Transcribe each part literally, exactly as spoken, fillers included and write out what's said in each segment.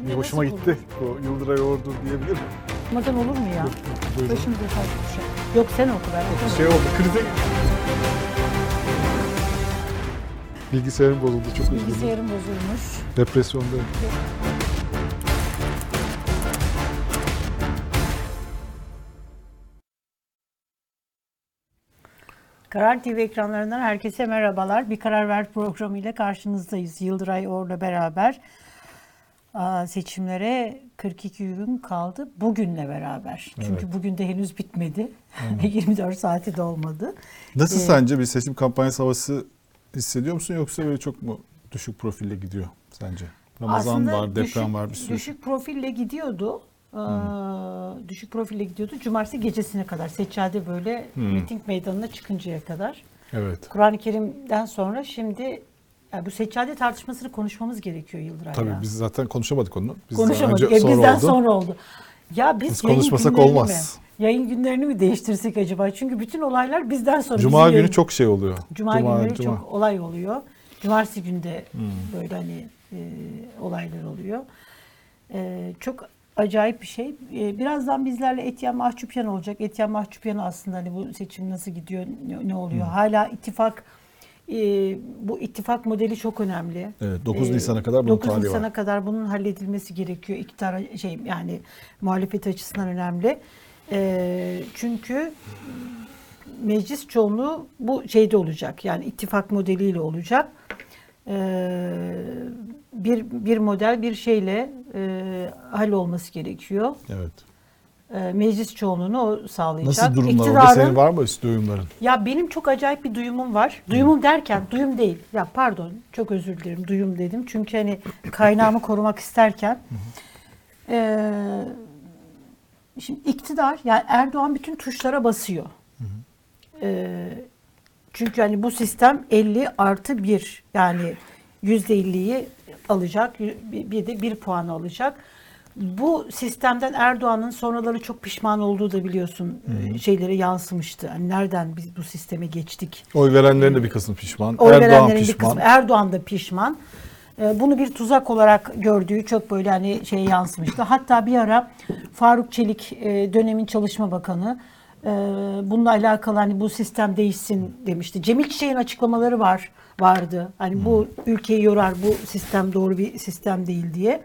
bir hoşuma gitti. O Yıldıray Ordu diyebilirim. Okumadan olur mu ya? Buyurun. Başımıza farklı bir şey. Yok sen oku ben okumadım. Şey oldu, krize... Bilgisayarım bozuldu, çok üzüldüm. Bilgisayarım bozulmuş. Depresyondayım. Karar T V ekranlarından herkese merhabalar. Bir Karar Ver programı ile karşınızdayız. Yıldıray Or'la beraber seçimlere kırk iki gün kaldı. Bugünle beraber. Çünkü evet. Bugün de henüz bitmedi. yirmi dört saati de olmadı. Nasıl ee, sence bir seçim kampanyası havası hissediyor musun yoksa böyle çok mu düşük profille gidiyor sence? Ramazan var, deprem düşük, var bir sürü. Düşük profille gidiyordu. Hmm. Düşük profille gidiyordu. Cumartesi gecesine kadar. Seccade böyle hmm. miting meydanına çıkıncaya kadar. Evet. Kur'an-ı Kerim'den sonra şimdi yani bu seccade tartışmasını konuşmamız gerekiyor Yıldıray. Tabii ya. biz zaten konuşamadık onu. Biz Konuşamadık. Önce, e, sonra bizden oldu. sonra oldu. Ya biz, biz konuşmasak olmaz. Mi, yayın günlerini mi değiştirsek acaba? Çünkü bütün olaylar bizden sonra. Cuma günü yayın... çok şey oluyor. Cuma, Cuma günleri Cuma. çok olay oluyor. Cumartesi günde hmm. böyle hani e, olaylar oluyor. E, çok acayip bir şey. E, birazdan bizlerle Etyen Mahçupyan olacak. Etyen Mahçupyan aslında hani bu seçim nasıl gidiyor, ne, ne oluyor? Hmm. Hala ittifak, e, bu ittifak modeli çok önemli. Evet, dokuz Nisan'a kadar bunun dokuz Nisan'a kadar bunun halledilmesi gerekiyor. İktidar şey yani muhalefet açısından önemli. E, çünkü meclis çoğunluğu bu şeyde olacak. Yani ittifak modeliyle olacak. Ee, bir bir model bir şeyle e, hallolması gerekiyor. Evet. E, meclis çoğunluğunu o sağlayacak. Nasıl durumlar orada? Senin var mı duyumların? Ya benim çok acayip bir duyumum var. Duyumum hmm. derken duyum değil. Ya pardon çok özür dilerim duyum dedim. Çünkü hani kaynağımı korumak isterken e, şimdi iktidar yani Erdoğan bütün tuşlara basıyor. E, Çünkü hani bu sistem elli artı bir yani yüzde elliyi alacak bir de bir puanı alacak. Bu sistemden Erdoğan'ın sonraları çok pişman olduğu da biliyorsun hmm. şeylere yansımıştı. Hani nereden biz bu sisteme geçtik? Oy verenlerin de bir kısmı pişman. Oy Erdoğan verenlerin pişman. bir kısmı Erdoğan da pişman. Bunu bir tuzak olarak gördüğü çok böyle hani şeye yansımıştı. Hatta bir ara Faruk Çelik dönemin Çalışma Bakanı bununla alakalı hani bu sistem değişsin demişti. Cemil Çiçek'in açıklamaları var vardı. Hani hmm. bu ülkeyi yorar, bu sistem doğru bir sistem değil diye.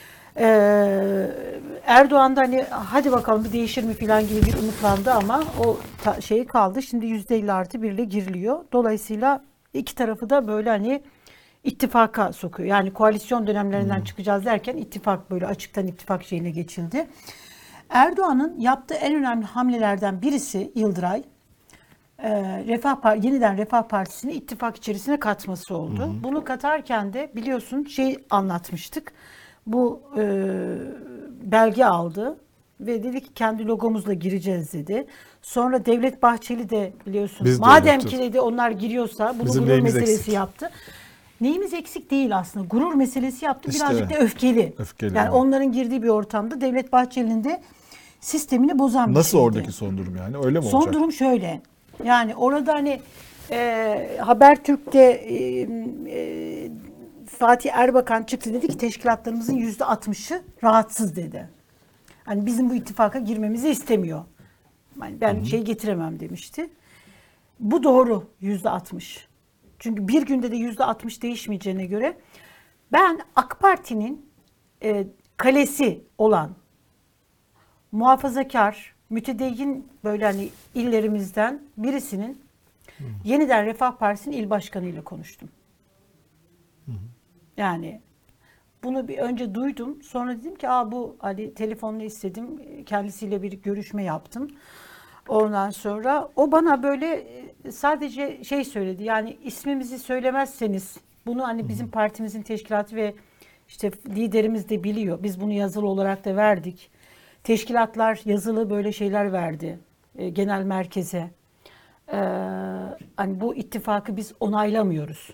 Ee, Erdoğan da hani hadi bakalım bir değişir mi falan gibi bir umutlandı ama o ta- şey kaldı. Şimdi yüzde elli artı bir ile giriliyor. Dolayısıyla iki tarafı da böyle hani ittifaka sokuyor. Yani koalisyon dönemlerinden hmm. çıkacağız derken ittifak böyle açıktan ittifak şeyine geçildi. Erdoğan'ın yaptığı en önemli hamlelerden birisi Yıldıray, e, Refah Partisi, yeniden Refah Partisi'ni ittifak içerisine katması oldu. Hı hı. Bunu katarken de biliyorsun şey anlatmıştık. Bu e, belge aldı ve dedi ki kendi logomuzla gireceğiz dedi. Sonra Devlet Bahçeli de biliyorsun Biz madem ki dedi onlar giriyorsa bunu gurur meselesi eksik. yaptı. Neyimiz eksik değil aslında. Gurur meselesi yaptı. İşte, birazcık da öfkeli. öfkeli yani mi? Onların girdiği bir ortamda Devlet Bahçeli'nin de sistemini bozan bir Nasıl şeydi. Oradaki son durum yani? Öyle mi son olacak? Son durum şöyle. Yani orada hani e, Habertürk'te e, e, Fatih Erbakan çıktı dedi ki teşkilatlarımızın yüzde altmışı rahatsız dedi. Hani bizim bu ittifaka girmemizi istemiyor. Yani ben Hı-hı. şey getiremem demişti. Bu doğru yüzde altmış. Çünkü bir günde de yüzde altmış değişmeyeceğine göre ben AK Parti'nin e, kalesi olan muhafazakar, mütedeyyin böyle hani illerimizden birisinin hmm. yeniden Refah Partisi'nin il başkanı ile konuştum. Hmm. Yani bunu bir önce duydum. Sonra dedim ki aa bu hani telefonla istedim. Kendisiyle bir görüşme yaptım. Ondan sonra o bana böyle sadece şey söyledi. Yani ismimizi söylemezseniz bunu hani bizim partimizin teşkilatı ve işte liderimiz de biliyor. Biz bunu yazılı olarak da verdik. Teşkilatlar yazılı böyle şeyler verdi e, genel merkeze. Ee, hani bu ittifakı biz onaylamıyoruz.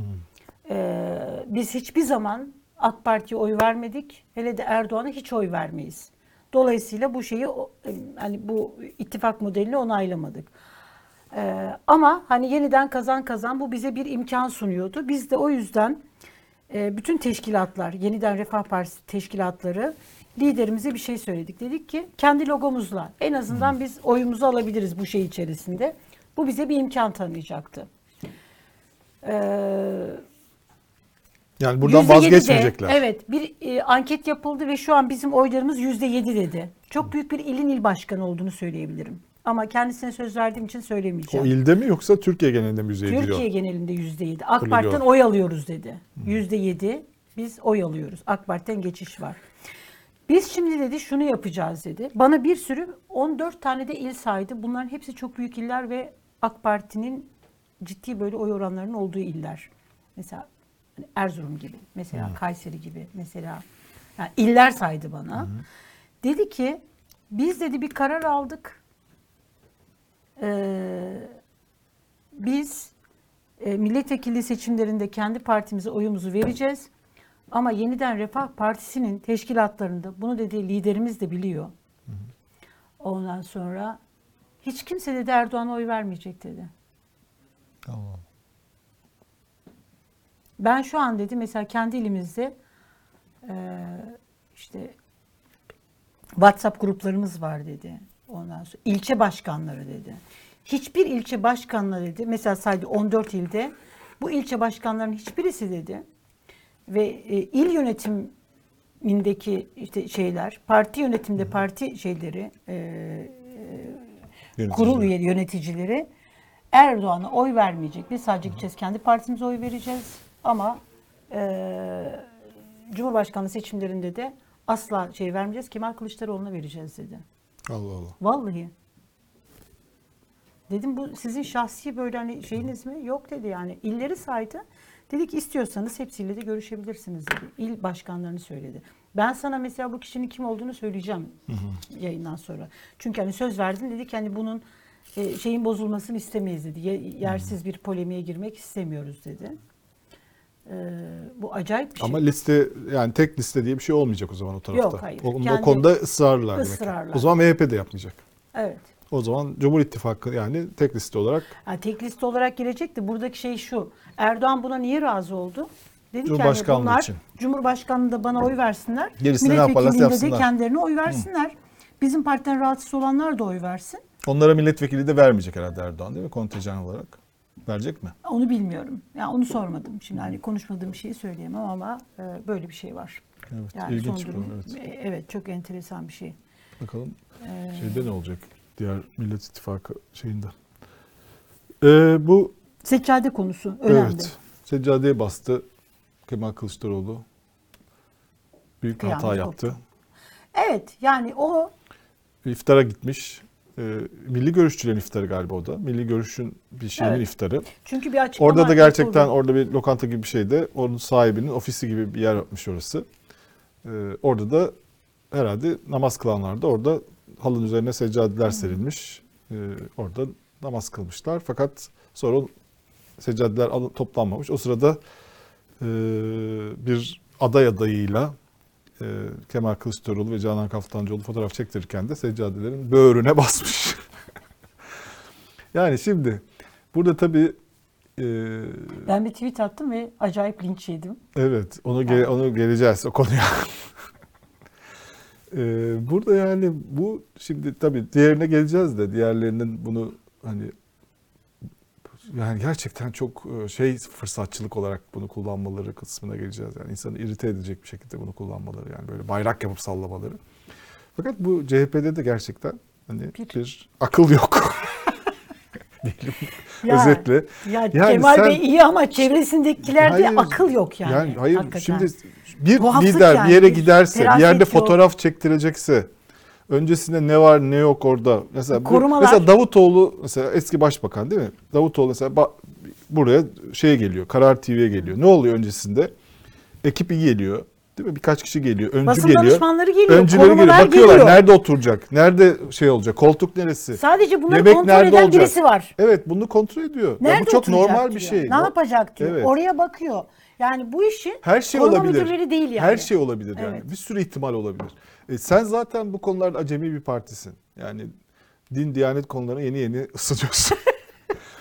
Ee, biz hiçbir zaman AK Parti'ye oy vermedik. Hele de Erdoğan'a hiç oy vermeyiz. Dolayısıyla bu şeyi hani bu ittifak modelini onaylamadık. Ee, ama hani yeniden kazan kazan bu bize bir imkan sunuyordu. Biz de o yüzden e, bütün teşkilatlar, Yeniden Refah Partisi teşkilatları liderimize bir şey söyledik. Dedik ki kendi logomuzla en azından hmm. biz oyumuzu alabiliriz bu şey içerisinde. Bu bize bir imkan tanıyacaktı. Ee, yani buradan yüzde yedide, vazgeçmeyecekler. Evet, bir e, anket yapıldı ve şu an bizim oylarımız yüzde yedi dedi. Çok büyük bir ilin il başkanı olduğunu söyleyebilirim. Ama kendisine söz verdiğim için söylemeyeceğim. O ilde mi yoksa Türkiye genelinde mi yüzde yedi diyor? Türkiye genelinde yüzde yedi. AK Öyle Parti'den diyor. oy alıyoruz dedi. Yüzde yedi biz oy alıyoruz. AK Parti'den geçiş var. Biz şimdi dedi şunu yapacağız dedi. Bana bir sürü on dört tane de il saydı. Bunların hepsi çok büyük iller ve AK Parti'nin ciddi böyle oy oranlarının olduğu iller. Mesela Erzurum gibi, mesela hmm. Kayseri gibi, mesela yani iller saydı bana. Hmm. Dedi ki biz dedi bir karar aldık. Ee, biz e, milletvekili seçimlerinde kendi partimize oyumuzu vereceğiz. Ama Yeniden Refah Partisi'nin teşkilatlarında bunu dedi liderimiz de biliyor. Hı hı. Ondan sonra hiç kimse dedi Erdoğan'a oy vermeyecek dedi. Allah. Ben şu an dedi mesela kendi ilimizde e, işte WhatsApp gruplarımız var dedi. Ondan sonra ilçe başkanları dedi. Hiçbir ilçe başkanları dedi. Mesela saydı on dört ilde bu ilçe başkanlarının hiçbirisi dedi. Ve e, il yönetimindeki işte şeyler, parti yönetimde parti şeyleri, e, kurul üye yöneticileri Erdoğan'a oy vermeyecek. Biz sadece gideceğiz kendi partimize oy vereceğiz ama e, Cumhurbaşkanlığı seçimlerinde de asla şey vermeyeceğiz. Kemal Kılıçdaroğlu'na vereceğiz dedi. Allah Allah. Vallahi. Dedim bu sizin şahsi böyle hani şeyiniz mi? Yok dedi yani. İlleri saydı. Dedi ki istiyorsanız hepsiyle de görüşebilirsiniz dedi. İl başkanlarını söyledi. Ben sana mesela bu kişinin kim olduğunu söyleyeceğim hı hı. yayından sonra. Çünkü hani söz verdim dedi ki hani bunun e, şeyin bozulmasını istemeyiz dedi. Yersiz bir polemiğe girmek istemiyoruz dedi. E, bu acayip bir şey. Ama liste yani tek liste diye bir şey olmayacak o zaman o tarafta. Yok hayır. O, o konuda ısrarlılar, ısrarlar demek. O zaman M H P de yapmayacak. Evet. O zaman Cumhur İttifakı yani tek liste olarak. Yani tek liste olarak gelecekti. Buradaki şey şu. Erdoğan buna niye razı oldu? Dedi ki yani bunlar için. Cumhurbaşkanlığında bana oy versinler. Gerisini ne yaparlarsa de kendilerine oy versinler. Hı. Bizim partiden rahatsız olanlar da oy versin. Onlara milletvekili de vermeyecek herhalde Erdoğan değil mi? Kontenjan olarak. Verecek mi? Onu bilmiyorum. Yani onu sormadım. Şimdi hani konuşmadığım şeyi söyleyemem ama e, böyle bir şey var. Evet, yani ilginç durum, bu. Evet. E, evet, çok enteresan bir şey. Bakalım ee, şeyde ne olacak? Diğer Millet İttifakı şeyinde. Ee, bu seccade konusu önemli. Evet. Seccadeye bastı Kemal Kılıçdaroğlu. Büyük Kıyamet hata yaptı. Koptu. Evet yani o iftara gitmiş. Ee, Milli Görüşçülerin iftarı galiba o da. Milli Görüş'ün bir şeyinin evet. iftarı. Çünkü bir açıklama orada da gerçekten yapıldı. Orada bir lokanta gibi bir şeyde onun sahibinin ofisi gibi bir yer yapmış orası. Ee, orada da herhalde namaz kılanlar da orada halının üzerine seccadeler serilmiş. Ee, orada namaz kılmışlar. Fakat sonra seccadeler toplanmamış. O sırada e, bir aday adayıyla e, Kemal Kılıçdaroğlu ve Canan Kaftancıoğlu fotoğraf çektirirken de seccadelerin böğrüne basmış. Yani şimdi burada tabii e, ben bir tweet attım ve acayip linç yedim. Evet, onu yani. ge- onu geleceğiz o konuya. Ee, burada yani bu şimdi tabii diğerine geleceğiz de diğerlerinin bunu hani yani gerçekten çok şey fırsatçılık olarak bunu kullanmaları kısmına geleceğiz. Yani insanı irite edecek bir şekilde bunu kullanmaları yani böyle bayrak yapıp sallamaları. Fakat bu C H P'de de gerçekten hani bir, bir akıl yok. Diyelim ya, özetle. Ya yani Kemal sen, Bey iyi ama çevresindekilerde hayır, akıl yok yani. Yani hayır hakikaten. Şimdi bir Tuhaflık lider yani, bir yere giderse, bir yerde yok. fotoğraf çektirecekse öncesinde ne var ne yok orada. Mesela korumalar. Mesela Davutoğlu mesela eski başbakan değil mi? Davutoğlu mesela buraya şeye geliyor. Karar T V'ye geliyor. Ne oluyor öncesinde? Ekip iyi geliyor. Değil mi? Birkaç kişi geliyor. Öncü Basın geliyor. danışmanları geliyor. Öncüleri geliyor. Korumalar Bakıyorlar geliyor. Nerede oturacak? Nerede şey olacak? Koltuk neresi? Sadece bunları Yemek kontrol eden olacak? birisi var. Evet, bunu kontrol ediyor. Nerede ya bu çok oturacak normal diyor. bir şey. Ne yapacak diyor. Evet. Oraya bakıyor. Yani bu işin her şey koruma olabilir. müdürleri değil yani. Her şey olabilir yani. Evet. Bir sürü ihtimal olabilir. E sen zaten bu konularda acemi bir partisin. Yani din, diyanet konularına yeni yeni ısınıyorsun.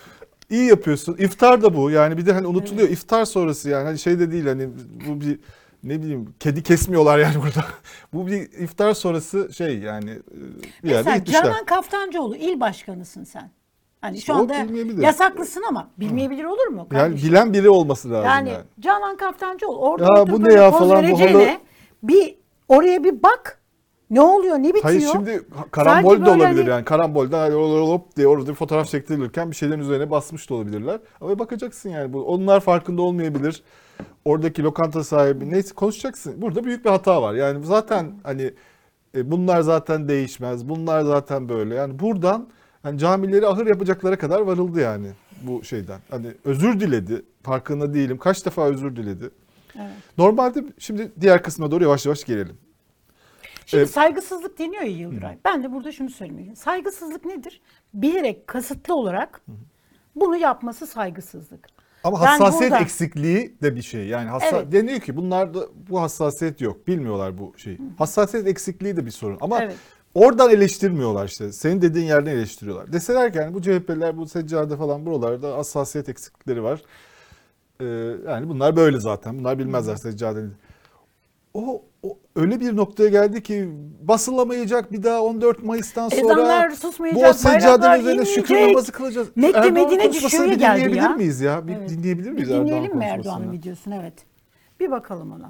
İyi yapıyorsun. İftar da bu. Yani bir de hani unutuluyor. Evet. İftar sonrası yani hani şey de değil hani bu bir ne bileyim kedi kesmiyorlar yani burada. Bu bir iftar sonrası şey yani bir yerde Mesela gitmişler. Canan Kaftancıoğlu il başkanısın sen. Hani İşte şu anda yasaklısın ama bilmeyebilir olur mu kardeşim? Yani bilen biri olması lazım yani. Yani Canan Kaftancıoğlu orada ya oturup bu ne böyle ya poz falan, bu vereceğine halı- bir oraya bir bak. Ne oluyor, ne bitiyor? Hayır şimdi karambol Sadece de böyle olabilir hani- yani. Karambolden hani hop hop diye orada bir fotoğraf çektirilirken bir şeylerin üzerine basmış da olabilirler. Ama bakacaksın yani bu. Onlar farkında olmayabilir. Oradaki lokanta sahibi neyse konuşacaksın. Burada büyük bir hata var. Yani zaten hani e, bunlar zaten değişmez. Bunlar zaten böyle. Yani buradan hani camileri ahır yapacaklara kadar varıldı yani bu şeyden. Hani özür diledi. Farkında değilim. Kaç defa özür diledi. Evet. Normalde şimdi diğer kısma doğru yavaş yavaş gelelim. Şimdi Ee, saygısızlık deniyor ya Yıldıray. Hı. Ben de burada şunu söylemeliyim. Saygısızlık nedir? Bilerek, kasıtlı olarak bunu yapması saygısızlık. Ama Yani hassasiyet burada- eksikliği de bir şey. Yani hassa Evet. deniyor ki bunlarda bu hassasiyet yok. Bilmiyorlar bu şeyi. Hassasiyet eksikliği de bir sorun. Ama Evet. oradan eleştirmiyorlar işte. Senin dediğin yerden eleştiriyorlar. Deseler ki yani bu C H P'liler bu seccade falan buralarda hassasiyet eksiklikleri var. Ee, yani bunlar böyle zaten. Bunlar bilmezler seccadenin. O, o öyle bir noktaya geldi ki basılamayacak bir daha on dört Mayıs'tan sonra Ezanlar bu susmayacak, o seccadenin bayraklar üzerine şükür inmeyecek. namazı kılacağız. Mekke, Erdoğan'ın Medine konuşmasını düşüyor bir geldi dinleyebilir ya. miyiz ya? Bir Evet. dinleyebilir miyiz Bir dinleyelim Erdoğan mi Erdoğan'ın konuşmasını? videosunu? Evet. Bir bakalım ona.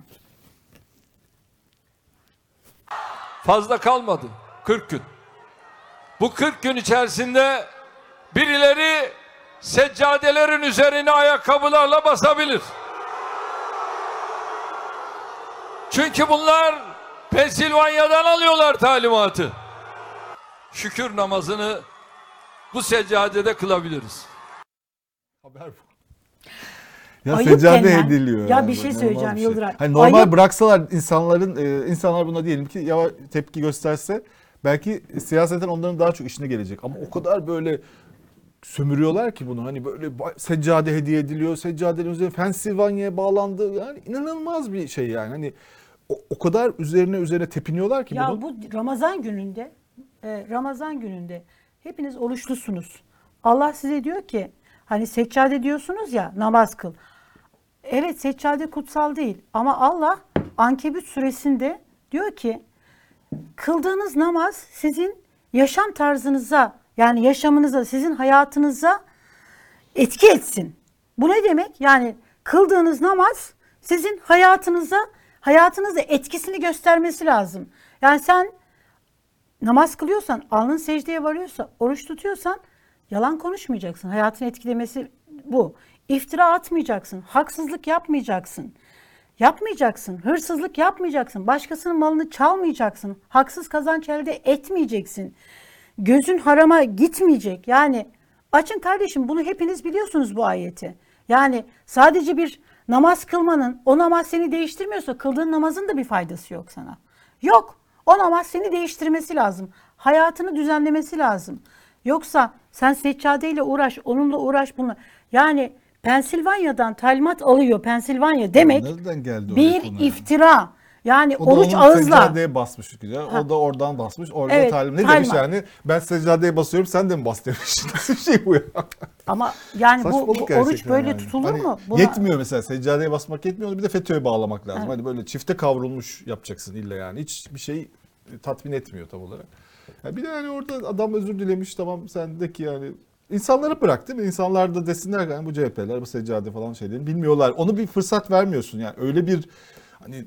Fazla kalmadı. kırk gün. Bu kırk gün içerisinde birileri seccadelerin üzerine ayakkabılarla basabilir. Çünkü bunlar Pensilvanya'dan alıyorlar talimatı. Şükür namazını bu seccadede kılabiliriz. Haber bu. Ya Ayıp seccade denilen- ediliyor. Ya yani. bir şey Normal söyleyeceğim bir Yıldıray. Hani normal Ayıp. bıraksalar insanların e, insanlar buna diyelim ki yavaş tepki gösterse belki siyaseten onların daha çok işine gelecek. Ama o kadar böyle sömürüyorlar ki bunu. Hani böyle ba- seccade hediye ediliyor. Seccadenin üzerine Pensilvanya'ya bağlandı. Yani inanılmaz bir şey yani. Hani o, o kadar üzerine üzerine tepiniyorlar ki Ya bunun. bu Ramazan gününde, e, Ramazan gününde hepiniz oruçlusunuz. Allah size diyor ki, hani seccade diyorsunuz ya, namaz kıl. Evet, seccade kutsal değil ama Allah Ankebut suresinde diyor ki, kıldığınız namaz sizin yaşam tarzınıza, yani yaşamınıza, sizin hayatınıza etki etsin. Bu ne demek? Yani kıldığınız namaz sizin hayatınıza, hayatınızda etkisini göstermesi lazım. Yani sen namaz kılıyorsan, alnın secdeye varıyorsa, oruç tutuyorsan yalan konuşmayacaksın. Hayatını etkilemesi bu. İftira atmayacaksın, haksızlık yapmayacaksın. Yapmayacaksın, hırsızlık yapmayacaksın, başkasının malını çalmayacaksın, haksız kazanç elde etmeyeceksin. Gözün harama gitmeyecek. Yani açın kardeşim, bunu hepiniz biliyorsunuz bu ayeti. Yani sadece bir namaz kılmanın, o namaz seni değiştirmiyorsa kıldığın namazın da bir faydası yok sana. Yok. O namaz seni değiştirmesi lazım. Hayatını düzenlemesi lazım. Yoksa sen seccadeyle uğraş, onunla uğraş bununla. Yani Pensilvanya'dan talimat alıyor. Pensilvanya demek Nereden geldi oraya bir konu yani? iftira. Yani O da oruç onun ağızla. seccadeye basmış güzel. O da oradan basmış. Orada Evet, talim. Ne talimat. demiş yani? Ben seccadeye basıyorum sen de mi bas demiş. Nasıl bir şey bu ya? Ama yani bu, bu Saçmalık oruç gerçekten böyle yani. tutulur Hani mu? Buna- Yetmiyor mesela seccadeye basmak yetmiyor. Bir de FETÖ'ye bağlamak lazım. Hani böyle çifte kavrulmuş yapacaksın illa yani. Hiçbir şey tatmin etmiyor tam olarak. Ya bir de yani orada adam özür dilemiş tamam sendeki yani. İnsanları bırak değil mi? İnsanlar da desinler yani bu C H P'ler bu seccade falan şeylerini bilmiyorlar. Onu bir fırsat vermiyorsun yani. Öyle bir hani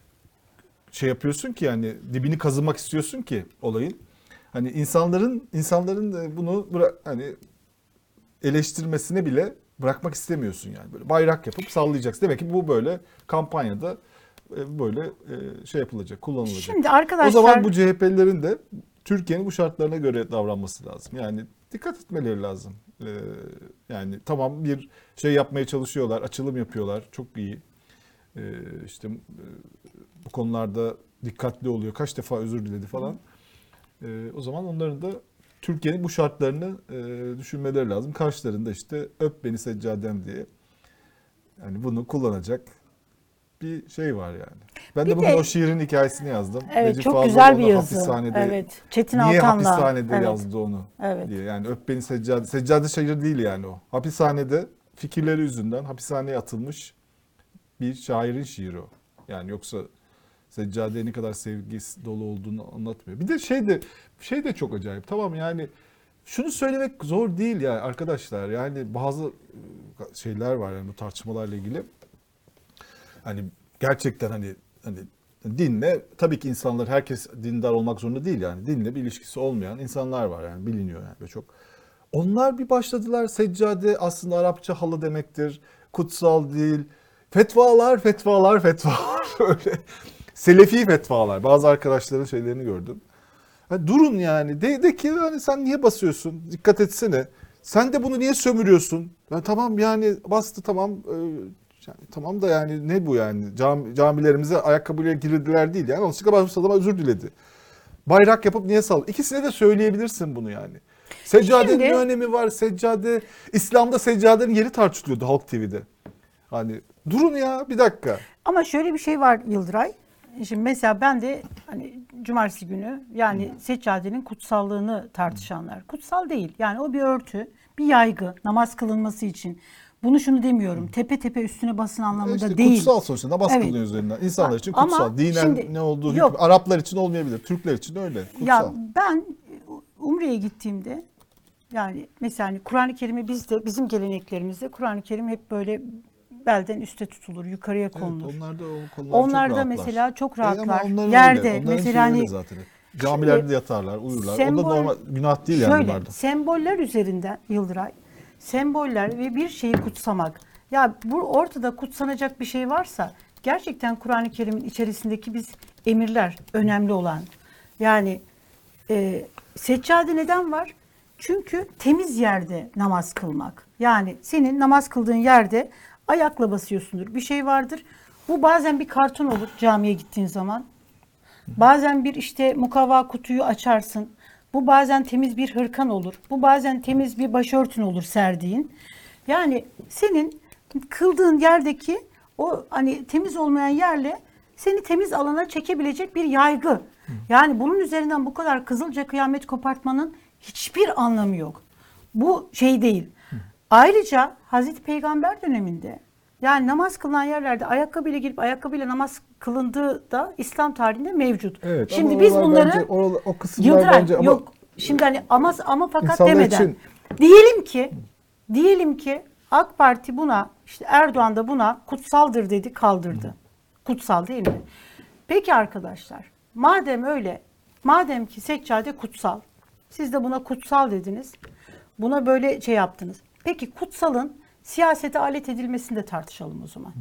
şey yapıyorsun ki yani dibini kazımak istiyorsun ki olayın. Hani insanların insanların bunu bıra- hani eleştirmesine bile bırakmak istemiyorsun yani. Böyle bayrak yapıp sallayacaksın. Demek ki bu böyle kampanyada e, böyle e, şey yapılacak, kullanılacak. Şimdi arkadaşlar, O zaman bu C H P'lilerin de Türkiye'nin bu şartlarına göre davranması lazım. Yani dikkat etmeleri lazım. Ee, yani tamam bir şey yapmaya çalışıyorlar, açılım yapıyorlar. Çok iyi. Ee, işte e, bu konularda dikkatli oluyor. Kaç defa özür diledi falan. Ee, o zaman onların da Türkiye'nin bu şartlarını e, düşünmeleri lazım. Karşılarında işte öp beni seccadem diye. Yani bunu kullanacak bir şey var yani. Ben Bir de bugün de- o şiirin hikayesini yazdım. Evet, Necip çok Fazıl güzel bir onu yazı. Hapishanede, Evet. Çetin niye Altan'la. hapishanede Evet. yazdı onu Evet. diye. Yani öp beni seccade. Seccade şair değil yani o. Hapishanede fikirleri yüzünden hapishaneye atılmış bir şairin şiiri o. Yani yoksa Seccade'ye ne kadar sevgisi dolu olduğunu anlatmıyor. Bir de şey de şey de çok acayip. Tamam yani şunu söylemek zor değil ya arkadaşlar. Yani bazı şeyler var yani bu tartışmalarla ilgili. Hani gerçekten hani hani dinle tabii ki insanlar herkes dindar olmak zorunda değil yani. Dinle bir ilişkisi olmayan insanlar var yani biliniyor yani ve çok. Onlar bir başladılar seccade aslında Arapça halı demektir. Kutsal değil. Fetvalar, fetvalar, fetvalar öyle. Selefi fetvalar. Bazı arkadaşların şeylerini gördüm. Ha, durun yani. De, de ki hani sen niye basıyorsun? Dikkat etsene. Sen de bunu niye sömürüyorsun? Ya tamam yani bastı tamam. Ee, yani tamam da yani ne bu yani? Cam, camilerimize ayakkabıyla girdiler değil yani. Onun başladı ama özür diledi. Bayrak yapıp niye sal? İkisine de söyleyebilirsin bunu yani. Seccadenin Şimdi- ne önemi var? Seccade, İslam'da seccadenin yeri tartışılıyordu Halk T V'de. Hani durun ya bir dakika. Ama şöyle bir şey var Yıldıray. Şimdi mesela ben de hani cumartesi günü yani seccadenin kutsallığını tartışanlar. Kutsal değil. Yani o bir örtü, bir yaygı, namaz kılınması için. Bunu şunu demiyorum. Tepe tepe üstüne basın anlamında İşte değil. kutsal sonuçta namaz Evet. kılınıyor üzerinden. İnsanlar için Ama kutsal. Dinen şimdi- ne olduğu yok. hüküm- Araplar için olmayabilir. Türkler için öyle. Kutsal. Ya ben Umre'ye gittiğimde yani mesela hani Kur'an-ı Kerim'i bizde bizim geleneklerimizde Kur'an-ı Kerim hep böyle belden üste tutulur, yukarıya konulur. Evet, onlar da o konular Onlar çok da rahatlar. mesela çok E ama rahatlar. onların Yerde öyle. Onların mesela şeyi öyle hani zaten. Camilerde yatarlar, uyurlar. o sembol- da normal günah değil yani şöyle, bunlarda. semboller üzerinden Yıldıray, semboller ve bir şeyi kutsamak. Ya bu ortada kutsanacak bir şey varsa gerçekten Kur'an-ı Kerim'in içerisindeki biz emirler önemli olan. Yani e, seccade neden var? Çünkü temiz yerde namaz kılmak. Yani senin namaz kıldığın yerde ayakla basıyorsundur. Bir şey vardır. Bu bazen bir karton olur camiye gittiğin zaman. Bazen bir işte mukavva kutuyu açarsın. Bu bazen temiz bir hırkan olur. Bu bazen temiz bir başörtün olur serdiğin. Yani senin kıldığın yerdeki o hani temiz olmayan yerle seni temiz alana çekebilecek bir yaygı. Yani bunun üzerinden bu kadar kızılca kıyamet kopartmanın hiçbir anlamı yok. Bu şey değil. Ayrıca Hazreti Peygamber döneminde yani namaz kılınan yerlerde ayakkabıyla girip ayakkabıyla namaz kılındığı da İslam tarihinde mevcut. Evet, Şimdi ama biz oralar bunları bence- oralar- o kısımlar Yıldıray, bence ama yok. Şimdi hani ama ama fakat İnsanlar demeden için- diyelim ki diyelim ki AK Parti buna işte Erdoğan da buna kutsaldır dedi kaldırdı. Kutsal değil mi? Peki arkadaşlar madem öyle madem ki seccade kutsal siz de buna kutsal dediniz. Buna böyle şey yaptınız. Peki kutsalın siyasete alet edilmesini de tartışalım o zaman.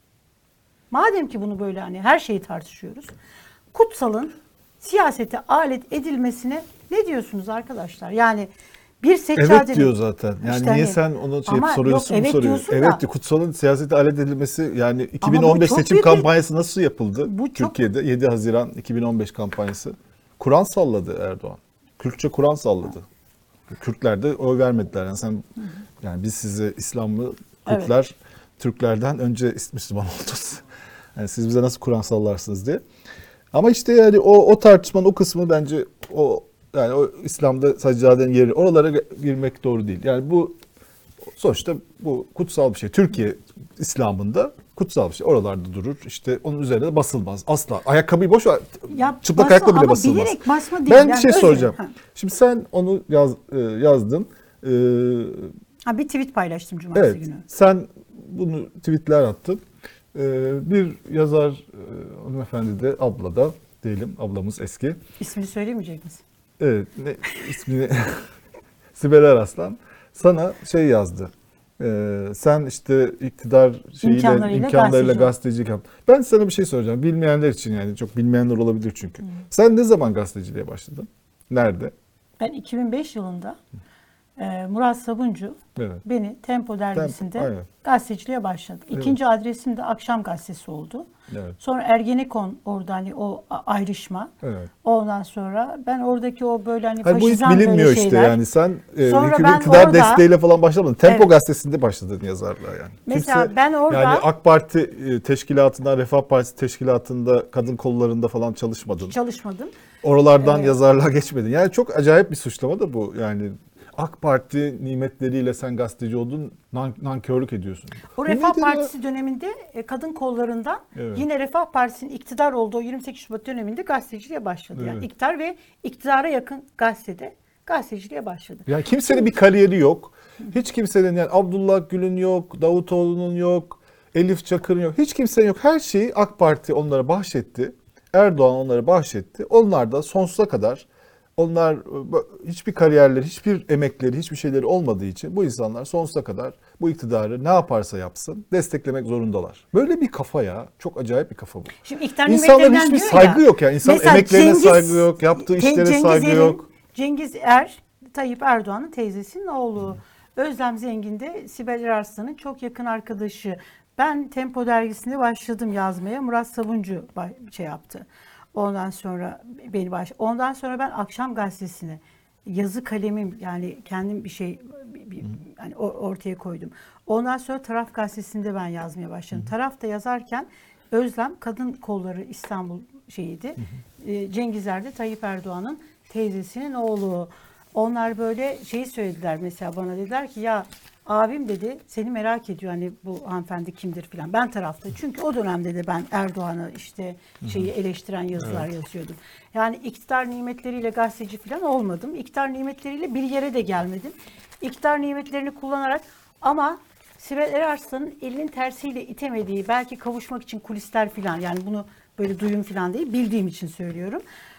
Madem ki bunu böyle hani her şeyi tartışıyoruz. Kutsalın siyasete alet edilmesine ne diyorsunuz arkadaşlar? Yani bir seccadenin... evet diyor zaten. Yani İşte niye hani- sen onu şey Ama soruyorsun yok, mu evet soruyor. diyorsun Evet da- diyor. Kutsalın siyasete alet edilmesi yani iki bin Ama on bu beş çok seçim büyük bir- kampanyası nasıl yapıldı? Bu çok- Türkiye'de yedi Haziran iki bin on beş kampanyası. Kur'an salladı Erdoğan. Kürtçe Kur'an salladı. Kürtler de oy vermediler. Yani sen yani biz size İslamlı Kürtler Türklerden önce Müslüman oldunuz. Yani siz bize nasıl Kur'an sallarsınız diye. Ama işte yani o o tartışmanın o kısmı bence o yani o İslam'da seccadenin yeri oralara girmek doğru değil. Yani bu sonuçta bu kutsal bir şey. Türkiye İslam'ında kutsal bir şey. Oralarda durur. İşte onun üzerine de basılmaz. Asla. Ayakkabıyı boş ver. Ya Çıplak basma ayakla bile ama basılmaz. bilerek basma değil. Ben bir Yani şey özel- soracağım. Ha. Şimdi sen onu yaz, e, yazdın. Ee, Ha, bir tweet paylaştım cumartesi evet. günü. Sen bunu tweetler attın. Ee, bir yazar e, hanımefendi de abla da diyelim ablamız eski. İsmini söylemeyecek misin? Evet, ne ismini Sibel Araslan sana şey yazdı. Ee, sen işte iktidar şeyiyle İmkanlarıyla imkanlarıyla gazeteci. gazetecilik yap. Ben sana bir şey soracağım. Bilmeyenler için yani çok bilmeyenler olabilir çünkü. Sen ne zaman gazeteciliğe başladın? Nerede? Ben iki bin beş yılında Ee, Murat Sabuncu Evet. beni Tempo dergisinde aynen. gazeteciliğe başladım. İkinci adresim de Akşam Gazetesi oldu. Evet. Sonra Ergenekon orada hani o a- ayrışma. Evet. Ondan sonra ben oradaki o böyle hani Hayır, bu hiç faşizan böyle bilinmiyor işte şeyler. yani sen e, Sonra hükümet ben iktidar orada- desteğiyle falan başlamadın. Tempo Evet. gazetesinde başladın yazarlığa yani. Mesela ben orada- yani AK Parti e, teşkilatında, Refah Partisi teşkilatında, kadın kollarında falan çalışmadın. Çalışmadım. Oralardan Evet. yazarlığa geçmedin. Yani çok acayip bir suçlama da bu. Yani AK Parti nimetleriyle sen gazeteci oldun, nan, nankörlük ediyorsun. O Bu Refah nedir ya? Partisi döneminde e, kadın kollarından Evet. yine Refah Partisi'nin iktidar olduğu yirmi sekiz Şubat döneminde gazeteciliğe başladı. Yani Evet. iktidar ve iktidara yakın gazetede gazeteciliğe başladı. Yani kimsenin bir kariyeri yok. Hiç kimsenin yani Abdullah Gül'ün yok, Davutoğlu'nun yok, Elif Çakır'ın yok. Hiç kimsenin yok. Her şeyi AK Parti onlara bahşetti. Erdoğan onlara bahşetti. Onlar da sonsuza kadar onlar hiçbir kariyerleri, hiçbir emekleri, hiçbir şeyleri olmadığı için bu insanlar sonsuza kadar bu iktidarı ne yaparsa yapsın desteklemek zorundalar. Böyle bir kafa ya. Çok acayip bir kafa bu. Şimdi iktidar İnsanların nimetlerinden hiçbir diyor saygı ya, yok yani. İnsan mesela emeklerine Cengiz- saygı yok, yaptığı Te- işlere Cengiz saygı Er'in- yok. Cengiz Er, Tayyip Erdoğan'ın teyzesinin oğlu. Özlem Zengin de Sibel Erarslan'ın çok yakın arkadaşı. Ben Tempo dergisinde başladım yazmaya. Murat Sabuncu ba- şey yaptı. Ondan sonra beni baş. Ondan sonra ben Akşam Gazetesi'ne yazı kalemim yani kendim bir şey bir, bir- yani o- ortaya koydum. Ondan sonra Taraf Gazetesi'nde ben yazmaya başladım. Tarafta yazarken Özlem Kadın Kolları İstanbul şeyiydi. Ee, Cengiz Er de Tayyip Erdoğan'ın teyzesinin oğlu. Onlar böyle şeyi söylediler mesela bana dediler ki ya abim dedi seni merak ediyor hani bu hanımefendi kimdir filan. Ben tarafta çünkü o dönemde de ben Erdoğan'ı işte şeyi eleştiren yazılar yazıyordum. Yani iktidar nimetleriyle gazeteci filan olmadım. İktidar nimetleriyle bir yere de gelmedim. İktidar nimetlerini kullanarak ama Sibel Erarslan'ın elinin tersiyle itemediği belki kavuşmak için kulisler filan yani bunu böyle duyum filan değil bildiğim için söylüyorum.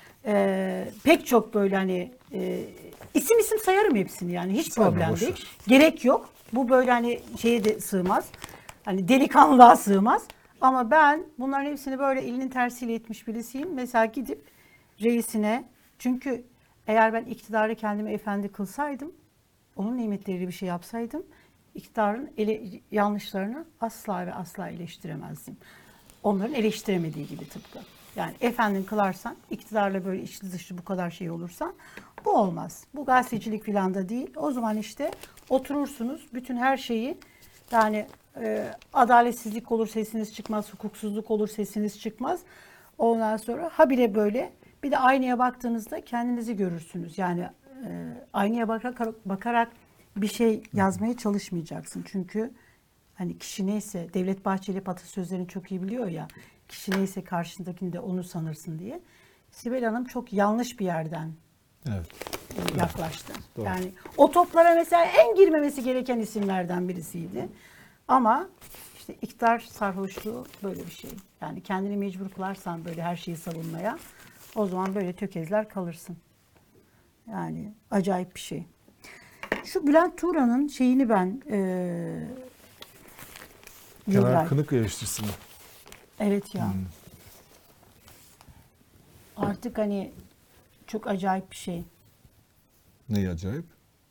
Ee, pek çok böyle hani e, isim isim sayarım hepsini yani hiç Sayma, problem boş değil. ver. Gerek yok. Bu böyle hani şeye de sığmaz. Hani delikanlılığa sığmaz. Ama ben bunların hepsini böyle elinin tersiyle itmiş birisiyim. Mesela gidip reisine çünkü eğer ben iktidarı kendime efendi kılsaydım onun nimetleriyle bir şey yapsaydım iktidarın ele, yanlışlarını asla ve asla eleştiremezdim. Onların eleştiremediği gibi tıpkı. Yani efendin kılarsan, iktidarla böyle içli dışlı bu kadar şey olursa bu olmaz. Bu gazetecilik filan da değil. O zaman işte oturursunuz bütün her şeyi yani e, adaletsizlik olur sesiniz çıkmaz, hukuksuzluk olur sesiniz çıkmaz. Ondan sonra habire böyle bir de aynaya baktığınızda kendinizi görürsünüz. Yani e, aynaya bakarak, bakarak bir şey yazmaya çalışmayacaksın. Çünkü hani kişi neyse Devlet Bahçeli atasözlerini çok iyi biliyor ya. Kişi neyse karşındakini de onu sanırsın diye. Sibel Hanım çok yanlış bir yerden Evet. e, yaklaştı. Doğru. Yani o toplara mesela en girmemesi gereken isimlerden birisiydi. Ama işte iktidar sarhoşluğu böyle bir şey. Yani kendini mecbur kılarsan böyle her şeyi savunmaya o zaman böyle tökezler kalırsın. Yani acayip bir şey. Şu Bülent Turan'ın şeyini ben e, Kenan Yıllar- Kınık eleştirisini. Evet ya. Artık hani çok acayip bir şey. Neyi acayip?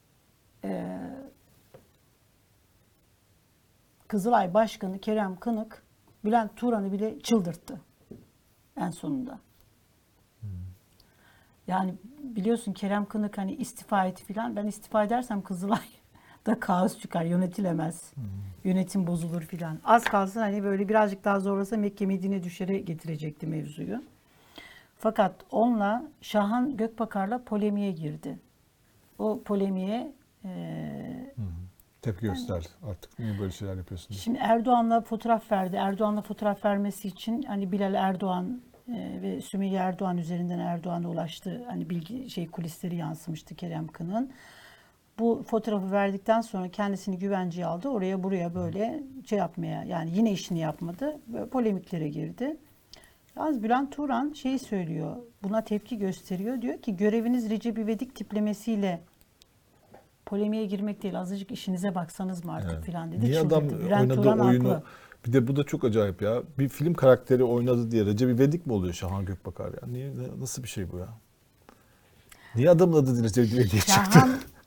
Kızılay Başkanı Kerem Kınık Bülent Turan'ı bile çıldırttı en sonunda. Yani biliyorsun Kerem Kınık hani istifa etti filan. Ben istifa edersem Kızılay'da kaos çıkar, yönetilemez. Yönetim bozulur filan. Az kalsın hani böyle birazcık daha zorlasa Mekke Medine düşere getirecekti mevzuyu. Fakat onunla Şahan Gökbakar'la polemiğe girdi. O polemiğe e, Tepki göster artık. Niye böyle şeyler yapıyorsun? Şimdi Erdoğan'la fotoğraf verdi. Erdoğan'la fotoğraf vermesi için hani Bilal Erdoğan e, ve Sümeyye Erdoğan üzerinden Erdoğan'a ulaştı. Hani bilgi şey kulisleri yansımıştı Kerem Kınık'ın. Bu fotoğrafı verdikten sonra kendisini güvenceye aldı. Oraya buraya böyle şey yapmaya yani yine işini yapmadı. Böyle polemiklere girdi. Yalnız Bülent Turan şeyi söylüyor. Buna tepki gösteriyor. Diyor ki göreviniz Recep İvedik tiplemesiyle polemiğe girmek değil. Azıcık işinize baksanız mı artık Evet. filan dedi. Niye adam Çıldırdı. Bülent oynadığı Turan oyunu... haklı. Bir de bu da çok acayip ya. Bir film karakteri oynadı diye Recep İvedik mi oluyor Şahan Gökbakar ya? Niye, nasıl bir şey bu ya? Niye adamın adı Recep İvedik'e çıktı? Şahan,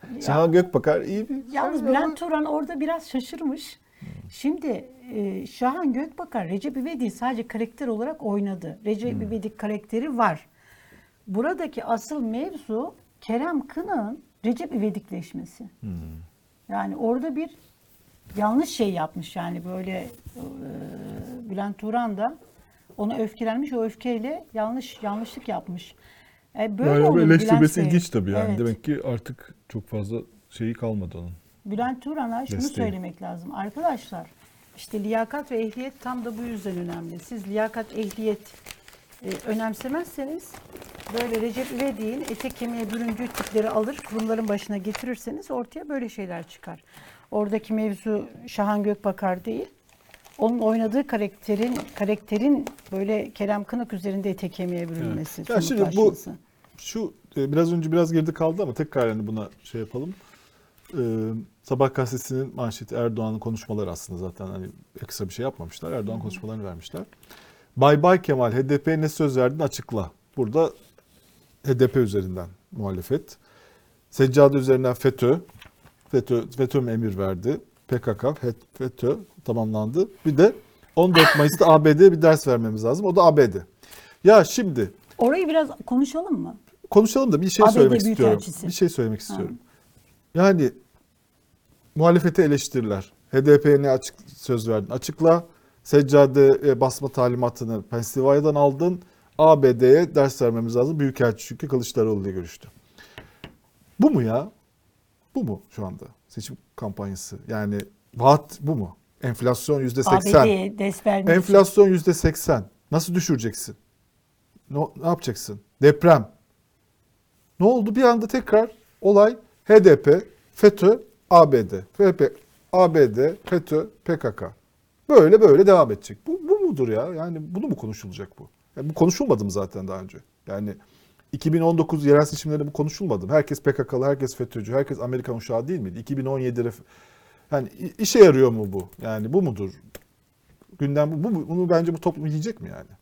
Şahan Gökbakar iyi bir... Yalnız Bülent Turan orada biraz şaşırmış. Şimdi e, Şahan Gökbakar Recep İvedik'i sadece karakter olarak oynadı. Recep Hmm. İvedik karakteri var. Buradaki asıl mevzu Kerem Kınak'ın Recep İvedikleşmesi. Hmm. Yani orada bir yanlış şey yapmış yani böyle e, Bülent Turan da ona öfkelenmiş, o öfkeyle yanlış yanlışlık yapmış. E, böyle Yani olur Bülent eleştirmesi Bey. ilginç tabii yani. Evet. Demek ki artık çok fazla şeyi kalmadı onun. Bülent Turan'a şunu Desteği. söylemek lazım. Arkadaşlar işte liyakat ve ehliyet tam da bu yüzden önemli. Siz liyakat, ehliyet e, önemsemezseniz böyle Recep İvedik'in ete kemiğe büründüğü tipleri alır kurumların başına getirirseniz ortaya böyle şeyler çıkar. Oradaki mevzu Şahan Gökbakar değil. Onun oynadığı karakterin karakterin böyle Kerem Kınak üzerinde ete kemiğe bürünmesi. Ya şimdi bu somutlaşması. şu e, biraz önce biraz geride kaldı ama tekrar yani buna şey yapalım. Ee, Sabah gazetesinin manşeti Erdoğan'ın konuşmaları aslında zaten hani ekstra bir şey yapmamışlar. Erdoğan konuşmalarını vermişler. Bay Bay Kemal H D P'ye ne söz verdin açıkla. Burada H D P üzerinden muhalefet. Seccade üzerinden FETÖ. FETÖ, FETÖ mü emir verdi? P K K, FETÖ tamamlandı. Bir de on dört Mayıs'ta A B D'ye bir ders vermemiz lazım. O da A B D. Ya şimdi Orayı biraz konuşalım mı? konuşalım da bir şey A B D söylemek istiyorum. Büyükelçisi. Bir şey söylemek istiyorum. Yani muhalefete eleştiriler. H D P'ye ne açık söz verdin? Açıkla. Seccade basma talimatını Pensilvanya'dan aldın. A B D'ye ders vermemiz lazım. Büyükelçi çünkü Kılıçdaroğlu ile görüştü. Bu mu ya? Bu mu şu anda seçim kampanyası? Yani vaat bu mu? Enflasyon yüzde seksen. A B D'ye ders vermek için. Enflasyon yüzde seksen. Nasıl düşüreceksin? Ne, ne yapacaksın? Deprem. Ne oldu? Bir anda tekrar olay H D P, FETÖ, A B D. F P, A B D, FETÖ, P K K. Böyle böyle devam edecek. Bu, bu mudur ya? Yani bunu mu konuşulacak bu? Yani bu konuşulmadı mı zaten daha önce? Yani iki bin on dokuz yerel seçimlerinde bu konuşulmadı mı? Herkes P K K'lı, herkes FETÖ'cü, herkes Amerikan uşağı değil miydi? iki bin on yedi ref- yani işe yarıyor mu bu? Yani bu mudur? Gündem bu, bu mu? Bunu bence bu toplum yiyecek mi yani?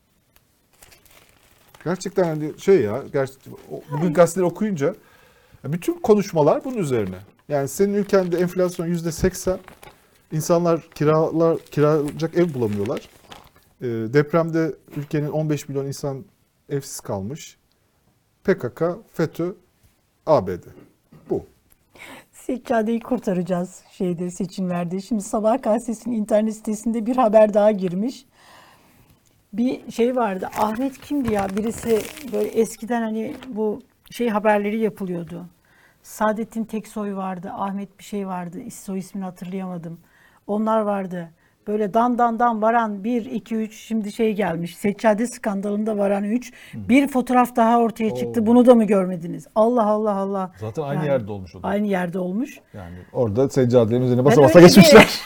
Gerçekten hani şey ya, gerçekten, bugün gazeteleri okuyunca bütün konuşmalar bunun üzerine. Yani senin ülkende enflasyon yüzde seksen, insanlar kiralar kiralayacak ev bulamıyorlar. E, depremde ülkenin on beş milyon insan evsiz kalmış. P K K, FETÖ, A B D. Bu. Seccadeyi kurtaracağız şeyde seçimlerde. Şimdi Sabah gazetesinin internet sitesinde bir haber daha girmiş. Bir şey vardı. Ahmet kimdi ya? Birisi böyle eskiden hani bu şey haberleri yapılıyordu. Saadettin Teksoy vardı. Ahmet bir şey vardı. Soy ismini hatırlayamadım. Onlar vardı. Böyle dan dan dan varan bir, iki, üç şimdi şey gelmiş. Seccade skandalında varan üç. Bir fotoğraf daha ortaya çıktı. Oo. Bunu da mı görmediniz? Allah Allah Allah. Zaten aynı Yani yerde olmuş o da. Aynı yerde olmuş. Yani orada seccadelerin üzerine Ben basa basa öyle geçmişler.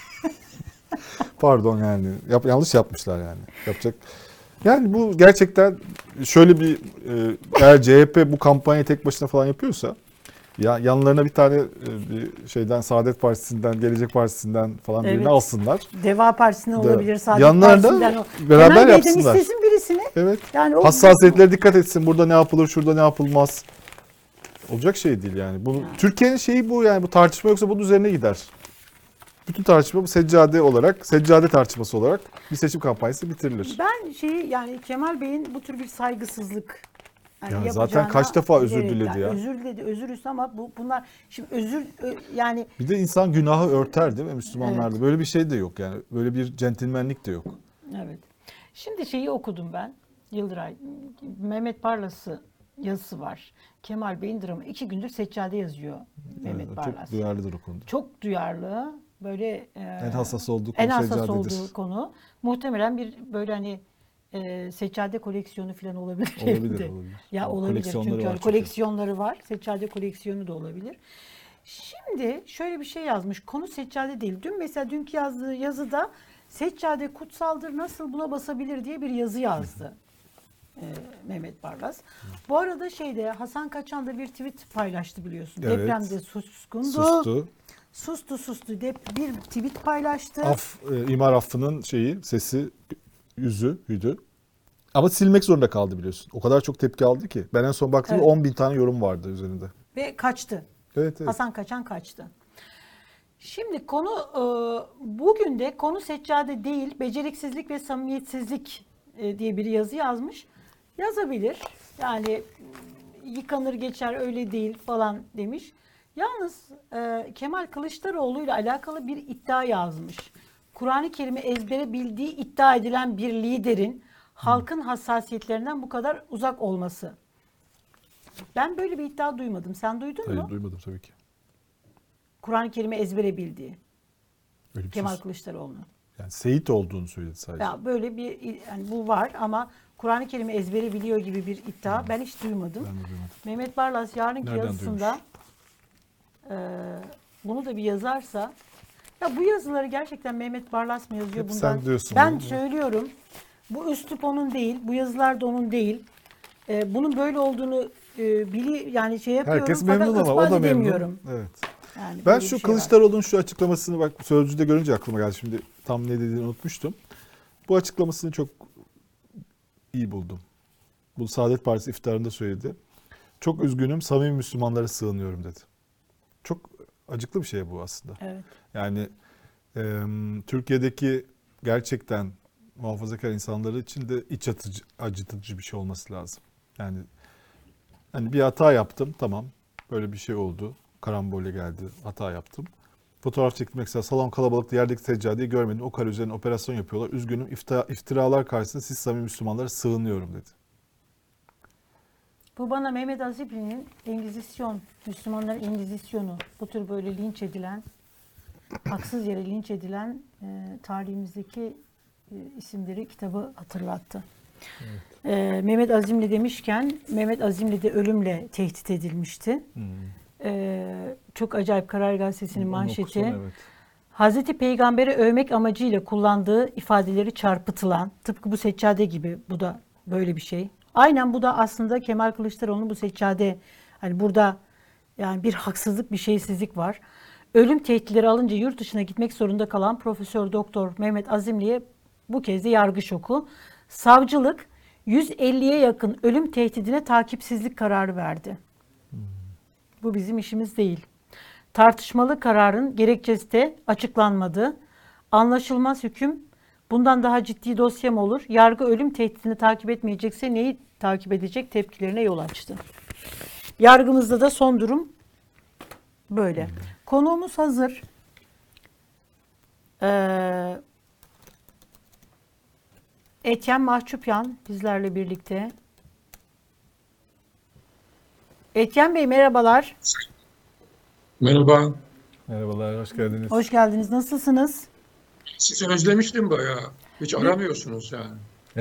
Pardon yani. Yap, yanlış yapmışlar yani. Yapacak. Yani bu gerçekten şöyle bir e, eğer C H P bu kampanyayı tek başına falan yapıyorsa ya yanlarına bir tane e, bir şeyden Saadet Partisi'nden, Gelecek Partisi'nden falan birini Evet. alsınlar. Deva Partisi'nden De- olabilir. Saadet Yanlarında Partisi'nden o- beraber Kemal Bey'den yapsınlar. istesin birisini. Evet. Yani o Hassasiyetlere dikkat etsin. Burada ne yapılır, şurada ne yapılmaz. Olacak şey değil yani. Bunu Türkiye'nin şeyi bu yani bu tartışma yoksa bunun üzerine gider. Bütün tartışma bu seccade olarak, seccade tartışması olarak bir seçim kampanyası bitirilir. Ben şeyi yani Kemal Bey'in bu tür bir saygısızlık yani Ya zaten yapacağına kaç defa özür gerek- diledi yani ya. Özür diledi, özür üstü ama bu bunlar şimdi özür ö- yani Bir de insan günahı örter değil mi Müslümanlarda? Böyle bir şey de yok yani. Böyle bir centilmenlik de yok. evet. Şimdi şeyi okudum ben. Yıldıray Mehmet Barlas'ı yazısı var. Kemal Bey'in dramı. İki gündür seccade yazıyor Mehmet Evet, Barlas. çok duyarlıdır o konuda. Çok duyarlı. Böyle e, En hassas olduğu konu en hassas seccadedir. olduğu konu. Muhtemelen bir böyle hani e, seccade koleksiyonu falan olabilir. Olabilir, evde. olabilir. Ya O olabilir koleksiyonları çünkü var öyle çünkü. koleksiyonları var. Seccade koleksiyonu da olabilir. Şimdi şöyle bir şey yazmış. Konu seccade değil. Dün mesela dünkü yazdığı yazıda seccade kutsaldır nasıl buna basabilir diye bir yazı yazdı. e, Mehmet Barlas. Bu arada şeyde Hasan Kaçan da bir tweet paylaştı biliyorsun. Evet. Depremde suskundu. Sustu. Sustu sustu de bir tweet paylaştı. Af, e, imar affının şeyi, sesi, yüzü, hüdü. Ama silmek zorunda kaldı biliyorsun. O kadar çok tepki aldı ki. Ben en son baktığımda Evet. on bin tane yorum vardı üzerinde. Ve kaçtı. Evet, evet. Hasan Kaçan kaçtı. Şimdi konu e, bugün de konu seccade değil, beceriksizlik ve samimiyetsizlik e, diye bir yazı yazmış. Yazabilir. Yani yıkanır geçer öyle değil falan demiş. Yalnız e, Kemal Kılıçdaroğlu ile alakalı bir iddia yazmış. Kur'an-ı Kerim'i ezbere bildiği iddia edilen bir liderin halkın hassasiyetlerinden bu kadar uzak olması. Ben böyle bir iddia duymadım. Sen duydun Hayır, mu? duymadım tabii ki. Kur'an-ı Kerim'i ezbere bildiği Öyle bir Kemal şey. Kılıçdaroğlu'nun. Yani Seyit olduğunu söyledi sadece. Ya böyle bir yani bu var ama Kur'an-ı Kerim'i ezbere biliyor gibi bir iddia ben hiç duymadım. Ben de duymadım. Mehmet Barlas yarınki Nereden yazısında e, bunu da bir yazarsa, ya bu yazıları gerçekten Mehmet Barlas mı yazıyor Hep bundan? sen diyorsun Ben bunu. söylüyorum. Bu üslup onun değil, bu yazılar da onun değil. E, bunun böyle olduğunu e, bili yani şey yapıyorum Herkes fakat memnun ama o ispat da memnun. edemiyorum. Evet. Yani Ben böyle bir şu şey var. Kılıçdaroğlu'nun şu açıklamasını bak Sözcü'de görünce aklıma geldi. Şimdi tam ne dediğini unutmuştum. Bu açıklamasını çok iyi buldum. Bu Saadet Partisi iftarında söyledi. Çok üzgünüm, samimi Müslümanlara sığınıyorum dedi. Çok acıklı bir şey bu aslında. Evet. Yani e, Türkiye'deki gerçekten muhafazakar insanları için de iç atıcı, acıtıcı bir şey olması lazım. Yani hani bir hata yaptım, tamam. Böyle bir şey oldu. Karambole geldi, hata yaptım. Fotoğraf çekmek istedim. Salon kalabalıktı, yerdeki seccadeyi görmedim. O kar üzerine operasyon yapıyorlar. Üzgünüm, iftira, iftiralar karşısında siz samimi Müslümanlara sığınıyorum dedi. Bu bana Mehmet Azipli'nin Engizisyon, Müslümanların Engizisyonu, bu tür böyle linç edilen, haksız yere linç edilen e, tarihimizdeki e, isimleri kitabı hatırlattı. Evet. E, Mehmet Azimli demişken, Mehmet Azimli de ölümle tehdit edilmişti. Hmm. E, çok acayip Karar Gazetesi'nin Onu manşeti. okusana, evet. Hazreti Peygamber'i övmek amacıyla kullandığı ifadeleri çarpıtılan, tıpkı bu seccade gibi, bu da böyle bir şey. Aynen bu da aslında Kemal Kılıçdaroğlu'nun bu seccade, hani burada yani bir haksızlık, bir şeysizlik var. Ölüm tehditleri alınca yurt dışına gitmek zorunda kalan Profesör Doktor Mehmet Azimli'ye bu kez de yargı şoku. Savcılık yüz elliye yakın ölüm tehdidine takipsizlik kararı verdi. Bu bizim işimiz değil. Tartışmalı kararın gerekçesi de açıklanmadı. Anlaşılmaz hüküm, bundan daha ciddi dosya mı olur? Yargı ölüm tehdidini takip etmeyecekse neyi takip edecek tepkilerine yol açtı. Yargımızda da son durum böyle. Konuğumuz hazır. Ee, Etyen Mahçupyan bizlerle birlikte. Etyen Bey merhabalar. Merhaba. Merhabalar, hoş geldiniz. Hoş geldiniz. Nasılsınız? Sizi özlemiştim bayağı. Hiç aramıyorsunuz yani.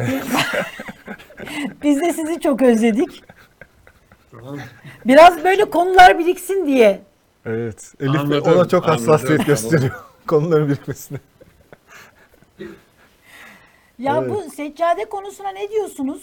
Biz de sizi çok özledik. Tamam. Biraz böyle konular biriksin diye. Evet, Elif Anladım, ona çok anladım, hassasiyet tamam. gösteriyor konuların birikmesine. Ya Evet. bu seccade konusuna ne diyorsunuz?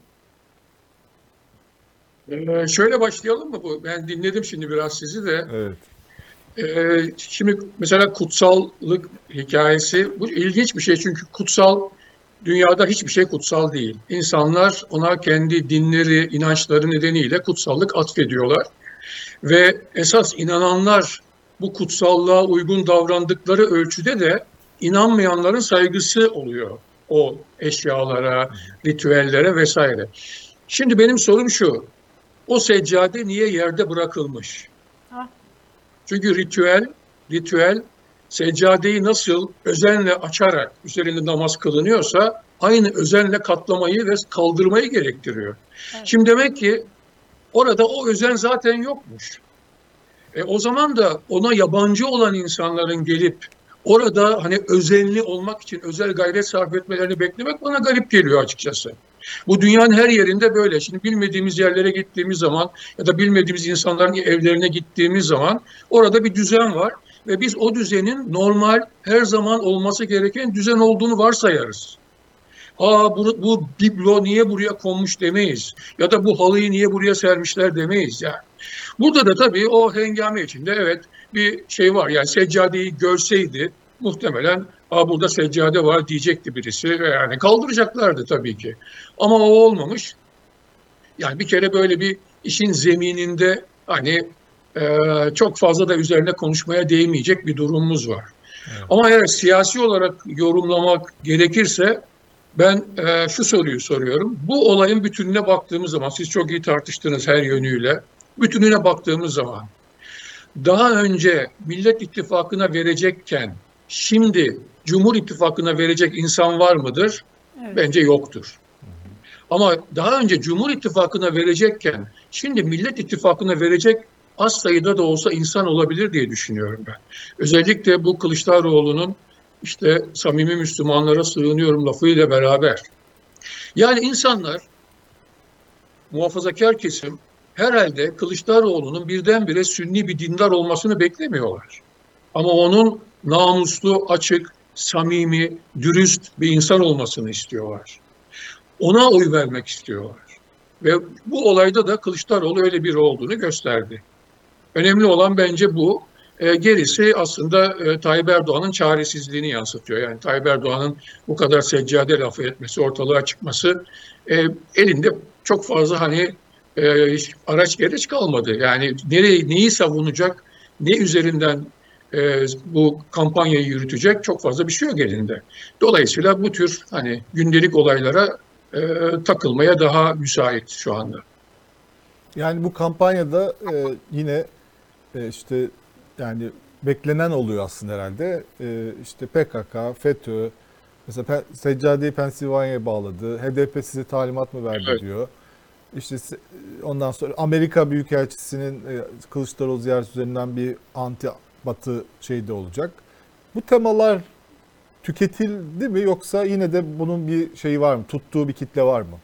Ee, şöyle başlayalım mı bu? Ben dinledim şimdi biraz sizi de. Evet. Ee, şimdi mesela kutsallık hikayesi, bu ilginç bir şey çünkü kutsal, dünyada hiçbir şey kutsal değil. İnsanlar ona kendi dinleri, inançları nedeniyle kutsallık atfediyorlar. Ve esas inananlar bu kutsallığa uygun davrandıkları ölçüde de inanmayanların saygısı oluyor o eşyalara, ritüellere vesaire. Şimdi benim sorum şu, o seccade niye yerde bırakılmış? Ah. Çünkü ritüel, ritüel seccadeyi nasıl özenle açarak üzerinde namaz kılınıyorsa aynı özenle katlamayı ve kaldırmayı gerektiriyor. Evet. Şimdi demek ki orada o özen zaten yokmuş. E, o zaman da ona yabancı olan insanların gelip orada hani özenli olmak için özel gayret sarf etmelerini beklemek bana garip geliyor açıkçası. Bu dünyanın her yerinde böyle. Şimdi bilmediğimiz yerlere gittiğimiz zaman ya da bilmediğimiz insanların evlerine gittiğimiz zaman orada bir düzen var ve biz o düzenin normal, her zaman olması gereken düzen olduğunu varsayarız. Aa bu, bu biblo niye buraya konmuş demeyiz. Ya da bu halıyı niye buraya sermişler demeyiz yani. Burada da tabii o hengame içinde evet bir şey var. Yani seccadeyi görseydi muhtemelen aa burada seccade var diyecekti birisi ve yani kaldıracaklardı tabii ki. Ama o olmamış. Yani bir kere böyle bir işin zemininde hani e, çok fazla da üzerine konuşmaya değmeyecek bir durumumuz var. Evet. Ama eğer siyasi olarak yorumlamak gerekirse ben e, şu soruyu soruyorum. Bu olayın bütününe baktığımız zaman, siz çok iyi tartıştınız her yönüyle, bütününe baktığımız zaman daha önce Millet İttifakı'na verecekken şimdi Cumhur İttifakı'na verecek insan var mıdır? Evet. Bence yoktur. Ama daha önce Cumhur İttifakı'na verecekken şimdi Millet İttifakı'na verecek az sayıda da olsa insan olabilir diye düşünüyorum ben. Özellikle bu Kılıçdaroğlu'nun işte samimi Müslümanlara sığınıyorum lafıyla beraber. Yani insanlar, muhafazakar kesim herhalde Kılıçdaroğlu'nun birdenbire Sünni bir dindar olmasını beklemiyorlar. Ama onun namuslu, açık, samimi, dürüst bir insan olmasını istiyorlar. Ona oy vermek istiyorlar. Ve bu olayda da Kılıçdaroğlu öyle biri olduğunu gösterdi. Önemli olan bence bu. E, gerisi aslında e, Tayyip Erdoğan'ın çaresizliğini yansıtıyor. Yani Tayyip Erdoğan'ın bu kadar seccade lafı etmesi, ortalığa çıkması, e, elinde çok fazla hani e, araç gereç kalmadı. Yani nereyi, neyi savunacak, ne üzerinden e, bu kampanyayı yürütecek çok fazla bir şey yok elinde. Dolayısıyla bu tür hani gündelik olaylara e, takılmaya daha müsait şu anda. Yani bu kampanyada e, yine e, işte yani beklenen oluyor aslında herhalde. E, işte P K K, FETÖ, mesela Seccade'yi Pensilvanya'ya bağladı. H D P size talimat mı verdi evet. diyor. İşte ondan sonra Amerika Büyükelçisi'nin e, Kılıçdaroğlu ziyareti üzerinden bir anti Batı şeyi de olacak. Bu temalar tüketildi mi yoksa yine de bunun bir şeyi var mı? Tuttuğu bir kitle var mı?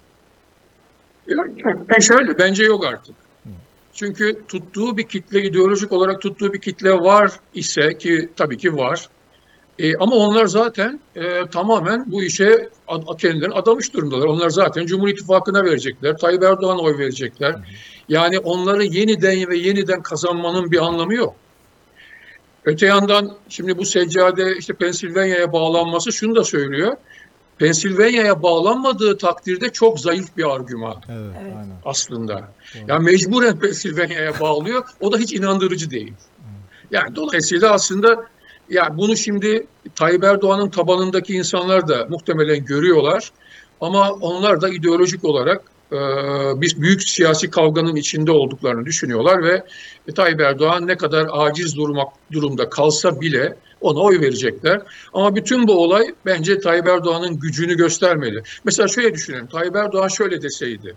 Yani şöyle, bence yok artık. Çünkü tuttuğu bir kitle, ideolojik olarak tuttuğu bir kitle var ise ki tabii ki var. E, ama onlar zaten e, tamamen bu işe ad, kendilerini adamış durumdalar. Onlar zaten Cumhur İttifakı'na verecekler, Tayyip Erdoğan'a oy verecekler. Hı hı. Yani onları yeniden ve yeniden kazanmanın bir anlamı yok. Öte yandan şimdi bu seccade işte Pensilvanya'ya bağlanması şunu da söylüyor. Pensilvanya'ya bağlanmadığı takdirde çok zayıf bir argüman evet, evet. aslında. Doğru. Yani mecburen Pensilvanya'ya bağlıyor. O da hiç inandırıcı değil. Yani dolayısıyla aslında ya bunu şimdi Tayyip Erdoğan'ın tabanındaki insanlar da muhtemelen görüyorlar. Ama onlar da ideolojik olarak e, bir büyük siyasi kavganın içinde olduklarını düşünüyorlar ve Tayyip Erdoğan ne kadar aciz durmak, durumda kalsa bile ona oy verecekler. Ama bütün bu olay bence Tayyip Erdoğan'ın gücünü göstermeli. Mesela şöyle düşünelim. Tayyip Erdoğan şöyle deseydi.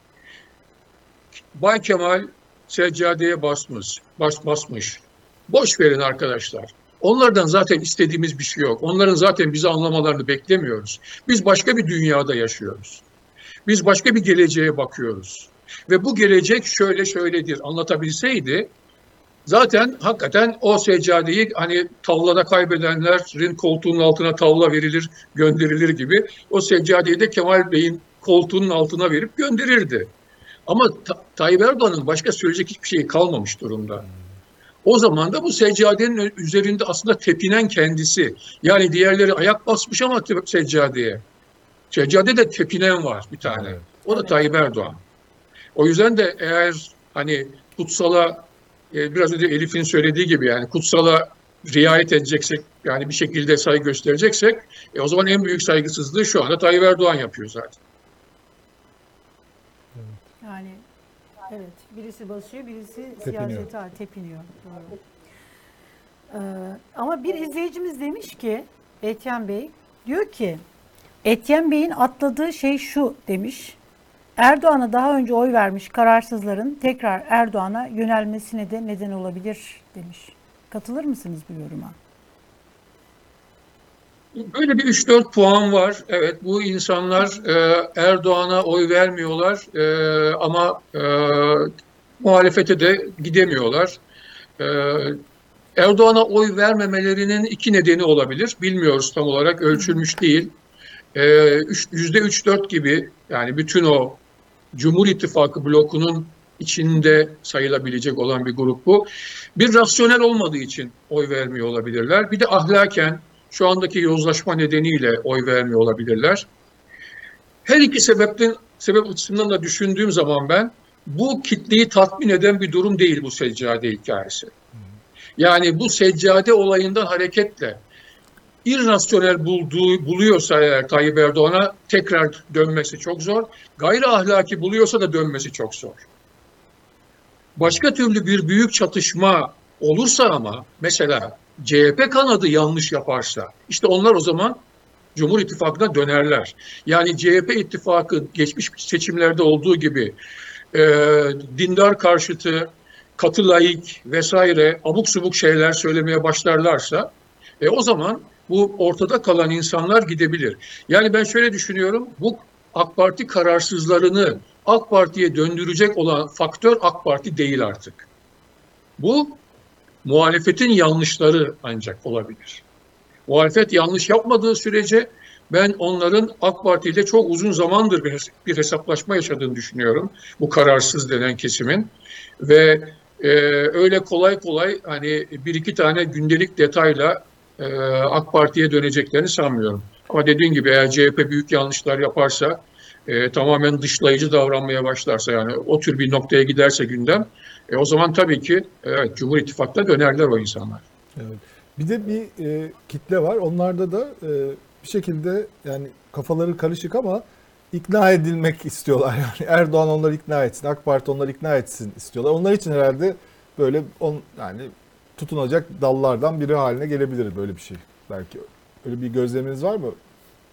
Bay Kemal seccadeye basmış, bas, basmış. Boş verin arkadaşlar. Onlardan zaten istediğimiz bir şey yok. Onların zaten bizi anlamalarını beklemiyoruz. Biz başka bir dünyada yaşıyoruz. Biz başka bir geleceğe bakıyoruz. Ve bu gelecek şöyle şöyledir anlatabilseydi zaten hakikaten o seccadeyi hani tavlada kaybedenlerin koltuğunun altına tavla verilir, gönderilir gibi o seccadeyi de Kemal Bey'in koltuğunun altına verip gönderirdi. Ama Ta- Tayyip Erdoğan'ın başka söyleyecek hiçbir şey kalmamış durumda. O zaman da bu seccadenin üzerinde aslında tepinen kendisi. Yani diğerleri ayak basmış ama seccadeye. Seccade de tepinen var bir tane. Evet. O da Tayyip Erdoğan. O yüzden de eğer hani kutsala e, biraz önce Elif'in söylediği gibi yani kutsala riayet edeceksek yani bir şekilde saygı göstereceksek e, o zaman en büyük saygısızlığı şu anda Tayyip Erdoğan yapıyor zaten. Yani evet birisi basıyor birisi tepiniyor. siyasete tepiniyor. Doğru. Ee, ama bir izleyicimiz demiş ki Etyen Bey diyor ki Etyen Bey'in atladığı şey şu demiş. Erdoğan'a daha önce oy vermiş kararsızların tekrar Erdoğan'a yönelmesine de neden olabilir demiş. Katılır mısınız bu yoruma? Böyle bir üç dört puan var. Evet bu insanlar e, Erdoğan'a oy vermiyorlar e, ama e, muhalefete de gidemiyorlar. E, Erdoğan'a oy vermemelerinin iki nedeni olabilir. Bilmiyoruz tam olarak ölçülmüş değil. E, yüzde üç dört gibi yani bütün o Cumhur İttifakı blokunun içinde sayılabilecek olan bir grup bu. Bir rasyonel olmadığı için oy vermiyor olabilirler. Bir de ahlaken şu andaki yozlaşma nedeniyle oy vermiyor olabilirler. Her iki sebepten, sebep açısından da düşündüğüm zaman ben bu kitleyi tatmin eden bir durum değil bu seccade hikayesi. Yani bu seccade olayından hareketle irrasyonel bulduğu, buluyorsa eğer Tayyip Erdoğan'a tekrar dönmesi çok zor. Gayri ahlaki buluyorsa da dönmesi çok zor. Başka türlü bir büyük çatışma olursa ama mesela C H P kanadı yanlış yaparsa işte onlar o zaman Cumhur İttifakı'na dönerler. Yani C H P ittifakı geçmiş seçimlerde olduğu gibi e, dindar karşıtı, katı laik vesaire abuk subuk şeyler söylemeye başlarlarsa e, o zaman bu ortada kalan insanlar gidebilir. Yani ben şöyle düşünüyorum, bu AK Parti kararsızlarını AK Parti'ye döndürecek olan faktör AK Parti değil artık. Bu muhalefetin yanlışları ancak olabilir. Muhalefet yanlış yapmadığı sürece ben onların AK Parti ile çok uzun zamandır bir hesaplaşma yaşadığını düşünüyorum. Bu kararsız denen kesimin ve e, öyle kolay kolay hani bir iki tane gündelik detayla e, AK Parti'ye döneceklerini sanmıyorum. Ama dediğim gibi eğer C H P büyük yanlışlar yaparsa, e, tamamen dışlayıcı davranmaya başlarsa, yani o tür bir noktaya giderse gündem, e, o zaman tabii ki evet Cumhur İttifakı'na dönerler o insanlar. Evet. Bir de bir e, kitle var. Onlarda da e, bir şekilde yani kafaları karışık ama ikna edilmek istiyorlar. Yani Erdoğan onları ikna etsin, AK Parti onları ikna etsin istiyorlar. Onlar için herhalde böyle on, yani tutunacak dallardan biri haline gelebilir böyle bir şey. Belki öyle bir gözleminiz var mı?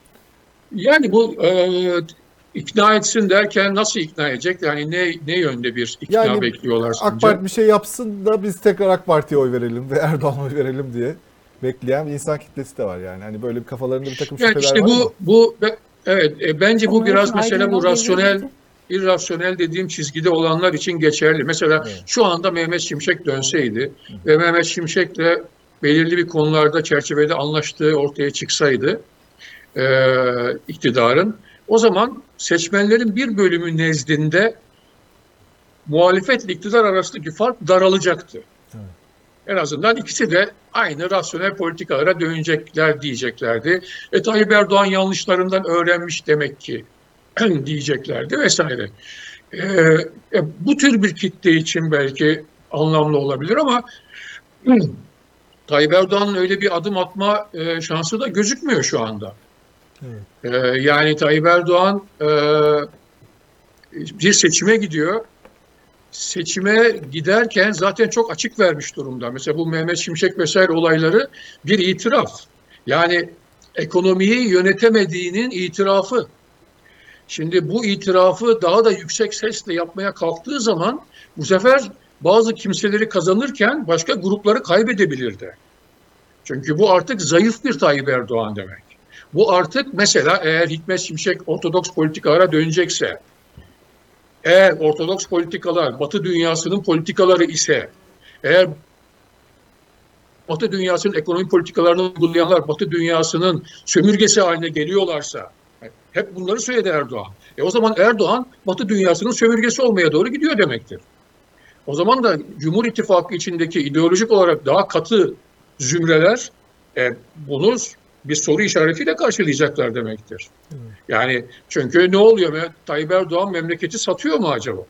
Yani bu e, ikna etsin derken nasıl ikna edecek? Yani ne ne yönde bir ikna Yani bekliyorlar AK sence? Parti bir şey yapsın da biz tekrar AK Parti'ye oy verelim ve Erdoğan'a oy verelim diye bekleyen bir insan kitlesi de var yani. Hani böyle bir kafalarında bir takım Yani şüpheler işte var bu ama. bu evet e, bence bu Onlar biraz için mesela aydın bu yol rasyonel devrildi. irrasyonel dediğim çizgide olanlar için geçerli. Mesela Evet. şu anda Mehmet Şimşek dönseydi ve Mehmet Şimşek'le belirli bir konularda çerçevede anlaştığı ortaya çıksaydı e, iktidarın, o zaman seçmenlerin bir bölümü nezdinde muhalefetle iktidar arasındaki fark daralacaktı. Evet. En azından ikisi de aynı rasyonel politikalara dönecekler diyeceklerdi. E Tayyip Erdoğan yanlışlarından öğrenmiş demek ki diyeceklerdi vesaire. E, e, bu tür bir kitle için belki anlamlı olabilir ama Tayyip Erdoğan'ın öyle bir adım atma e, şansı da gözükmüyor şu anda. Evet. E, yani Tayyip Erdoğan e, bir seçime gidiyor. Seçime giderken zaten çok açık vermiş durumda. Mesela bu Mehmet Şimşek vesaire olayları bir itiraf. Yani ekonomiyi yönetemediğinin itirafı. Şimdi bu itirafı daha da yüksek sesle yapmaya kalktığı zaman bu sefer bazı kimseleri kazanırken başka grupları kaybedebilirdi. Çünkü bu artık zayıf bir Tayyip Erdoğan demek. Bu artık mesela eğer Hikmet Şimşek ortodoks politikalara dönecekse, eğer ortodoks politikalar Batı dünyasının politikaları ise, eğer Batı dünyasının ekonomi politikalarını uygulayanlar Batı dünyasının sömürgesi haline geliyorlarsa, hep bunları söyledi Erdoğan. E o zaman Erdoğan Batı dünyasının sömürgesi olmaya doğru gidiyor demektir. O zaman da Cumhur İttifakı içindeki ideolojik olarak daha katı zümreler e, bunu bir soru işaretiyle karşılayacaklar demektir. Evet. Yani çünkü ne oluyor? Tayyip Erdoğan memleketi satıyor mu acaba?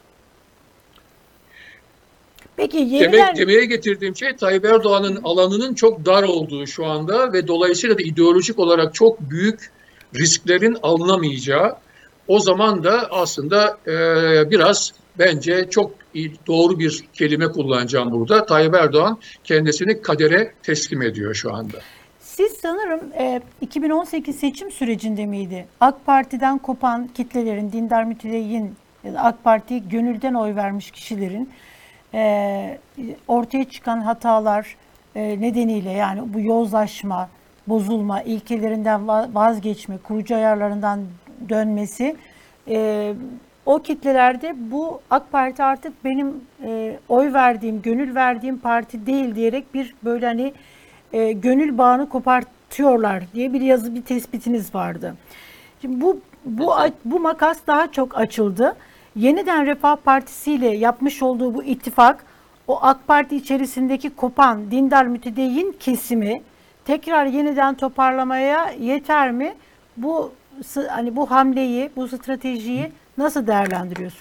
Peki yeniden... Demek, demeye getirdiğim şey Tayyip Erdoğan'ın alanının çok dar olduğu şu anda ve dolayısıyla da ideolojik olarak çok büyük risklerin alınamayacağı. O zaman da aslında e, biraz bence çok doğru bir kelime kullanacağım burada. Tayyip Erdoğan kendisini kadere teslim ediyor şu anda. Siz sanırım e, iki bin on sekiz seçim sürecinde miydi? AK Parti'den kopan kitlelerin, dindar mütedeyyin ya da AK Parti'ye gönülden oy vermiş kişilerin e, ortaya çıkan hatalar e, nedeniyle, yani bu yozlaşma, bozulma, ilkelerinden vazgeçme, kurucu ayarlarından dönmesi, e, o kitlelerde bu AK Parti artık benim e, oy verdiğim, gönül verdiğim parti değil diyerek bir böyle hani e, gönül bağını kopartıyorlar diye bir yazı, bir tespitiniz vardı. Şimdi bu bu bu makas daha çok açıldı. Yeniden Refah Partisi ile yapmış olduğu bu ittifak, o AK Parti içerisindeki kopan dindar mütedeyyin kesimi tekrar yeniden toparlamaya yeter mi? Bu hani bu hamleyi, bu stratejiyi nasıl değerlendiriyorsunuz?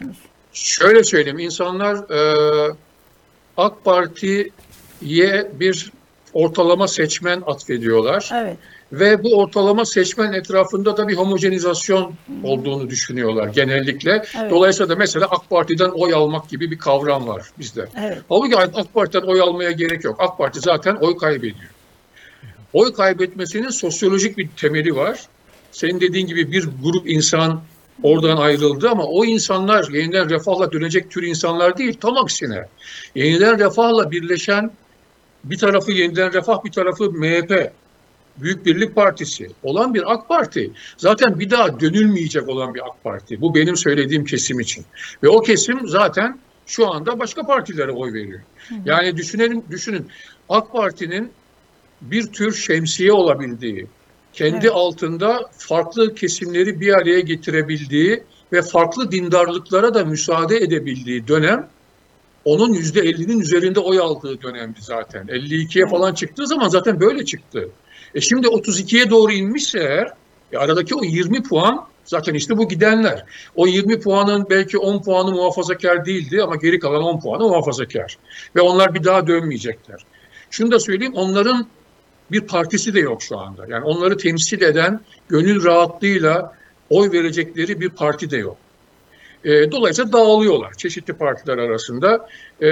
Şöyle söyleyeyim, insanlar e, AK Parti'ye bir ortalama seçmen atfediyorlar. Evet. Ve bu ortalama seçmen etrafında da bir homojenizasyon olduğunu düşünüyorlar genellikle. Evet. Dolayısıyla da mesela AK Parti'den oy almak gibi bir kavram var bizde. Evet. Halbuki AK Parti'den oy almaya gerek yok. AK Parti zaten oy kaybediyor. Oy kaybetmesinin sosyolojik bir temeli var. Senin dediğin gibi bir grup insan oradan ayrıldı ama o insanlar yeniden refahla dönecek tür insanlar değil. Tam aksine yeniden refahla birleşen, bir tarafı yeniden refah, bir tarafı M H P, Büyük Birlik Partisi olan bir AK Parti. Zaten bir daha dönülmeyecek olan bir AK Parti. Bu benim söylediğim kesim için. Ve o kesim zaten şu anda başka partilere oy veriyor. Yani düşünelim, düşünün AK Parti'nin bir tür şemsiye olabildiği, kendi Evet. altında farklı kesimleri bir araya getirebildiği ve farklı dindarlıklara da müsaade edebildiği dönem, onun yüzde ellinin üzerinde oy aldığı dönemdi zaten. elli ikiye Evet. falan çıktığı zaman zaten böyle çıktı. E şimdi otuz ikiye doğru inmişse eğer, e aradaki o yirmi puan zaten işte bu gidenler. O yirmi puanın belki on puanı muhafazakar değildi ama geri kalan on puanı muhafazakar. Ve onlar bir daha dönmeyecekler. Şunu da söyleyeyim, onların bir partisi de yok şu anda. Yani onları temsil eden, gönül rahatlığıyla oy verecekleri bir parti de yok. E, dolayısıyla dağılıyorlar çeşitli partiler arasında. E,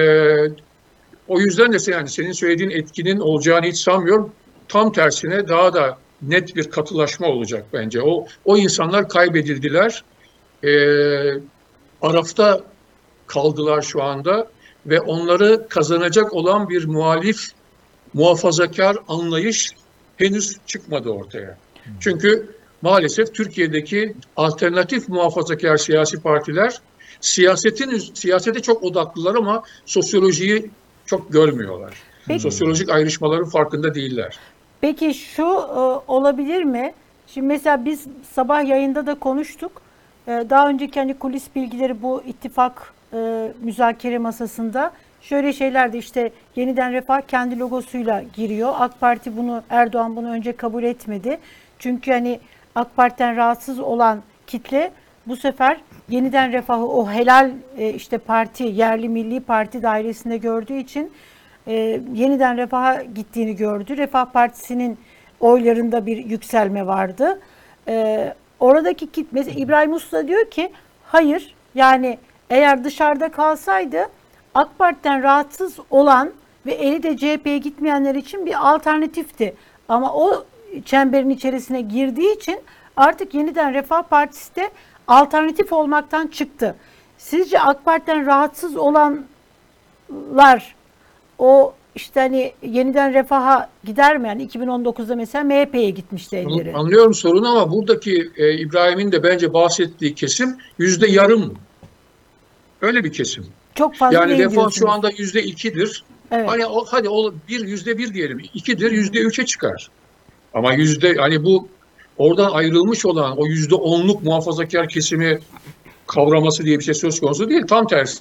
o yüzden de yani senin söylediğin etkinin olacağını hiç sanmıyorum. Tam tersine daha da net bir katılaşma olacak bence. O o insanlar kaybedildiler. E, Arafta kaldılar şu anda ve onları kazanacak olan bir muhalif, muhafazakar anlayış henüz çıkmadı ortaya. Çünkü maalesef Türkiye'deki alternatif muhafazakar siyasi partiler siyasetin siyasete çok odaklılar ama sosyolojiyi çok görmüyorlar. Peki. Sosyolojik ayrışmaların farkında değiller. Peki şu e, olabilir mi? Şimdi mesela biz sabah yayında da konuştuk. E, daha önceki hani kulis bilgileri bu ittifak e, müzakere masasında şöyle şeylerdi, işte Yeniden Refah kendi logosuyla giriyor. AK Parti bunu, Erdoğan bunu önce kabul etmedi. Çünkü hani AK Parti'den rahatsız olan kitle bu sefer Yeniden Refah'ı o helal e, işte parti, yerli milli parti dairesinde gördüğü için e, Yeniden Refah'a gittiğini gördü. Refah Partisi'nin oylarında bir yükselme vardı. E, oradaki kitle, İbrahim Usta diyor ki hayır, yani eğer dışarıda kalsaydı AK Parti'den rahatsız olan ve eli de C H P'ye gitmeyenler için bir alternatifti. Ama o çemberin içerisine girdiği için artık Yeniden Refah Partisi de alternatif olmaktan çıktı. Sizce AK Parti'den rahatsız olanlar o işte hani Yeniden Refah'a gider mi? Yani iki bin on dokuzda mesela M H P'ye gitmişti elleri. Anlıyorum sorunu ama buradaki e, İbrahim'in de bence bahsettiği kesim yüzde yarım. Öyle bir kesim. Çok fazla Yani değil Refah diyorsunuz. şu anda yüzde ikidir. Evet. Hani o, hadi o bir yüzde bir diyelim. İkidir, yüzde üçe çıkar. Ama yüzde hani bu oradan ayrılmış olan o yüzde onluk muhafazakar kesimi kavraması diye bir şey söz konusu değil. Tam tersine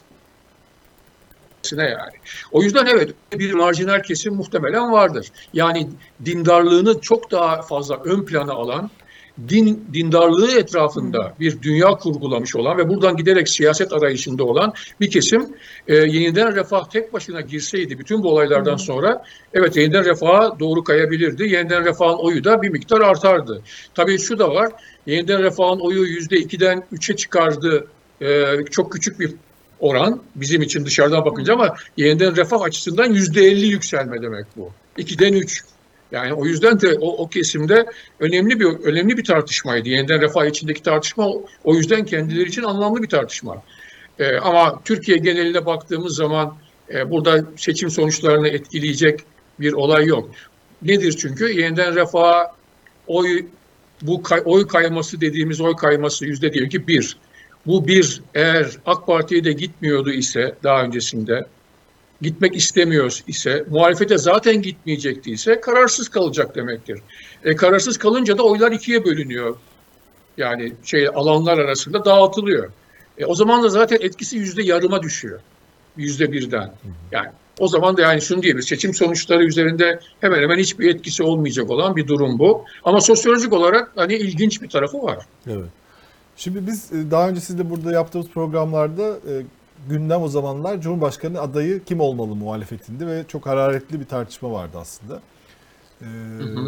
yani. O yüzden evet, bir marjinal kesim muhtemelen vardır. Yani dindarlığını çok daha fazla ön plana alan, din dindarlığı etrafında bir dünya kurgulamış olan ve buradan giderek siyaset arayışında olan bir kesim e, Yeniden Refah tek başına girseydi bütün bu olaylardan sonra evet Yeniden Refah'a doğru kayabilirdi. Yeniden Refah'ın oyu da bir miktar artardı. Tabii şu da var. Yeniden Refah'ın oyu yüzde ikiden üçe çıkardı. E, çok küçük bir oran bizim için dışarıdan bakınca ama Yeniden Refah açısından yüzde elli yükselme demek bu. ikiden üç. Yani o yüzden de o, o kesimde önemli bir önemli bir tartışmaydı. Yeniden Refah içindeki tartışma o, o yüzden kendileri için anlamlı bir tartışma. Ee, ama Türkiye geneline baktığımız zaman e, burada seçim sonuçlarını etkileyecek bir olay yok. Nedir çünkü? Yeniden Refah oy bu kay, oy kayması dediğimiz oy kayması yüzde diyelim ki bir. Bu bir eğer AK Parti'ye de gitmiyordu ise daha öncesinde, gitmek istemiyor ise, muhalefete zaten gitmeyecekti ise kararsız kalacak demektir. E, kararsız kalınca da oylar ikiye bölünüyor. Yani şey alanlar arasında dağıtılıyor. E, o zaman da zaten etkisi yüzde yarıma düşüyor. Yüzde birden. Yani o zaman da yani şunu diyebiliriz. Seçim sonuçları üzerinde hemen hemen hiçbir etkisi olmayacak olan bir durum bu. Ama sosyolojik olarak hani ilginç bir tarafı var. Evet. Şimdi biz e, daha önce sizle burada yaptığımız programlarda e, gündem o zamanlar Cumhurbaşkanı adayı kim olmalı muhalefetinde ve çok hararetli bir tartışma vardı aslında. E, Hı hı.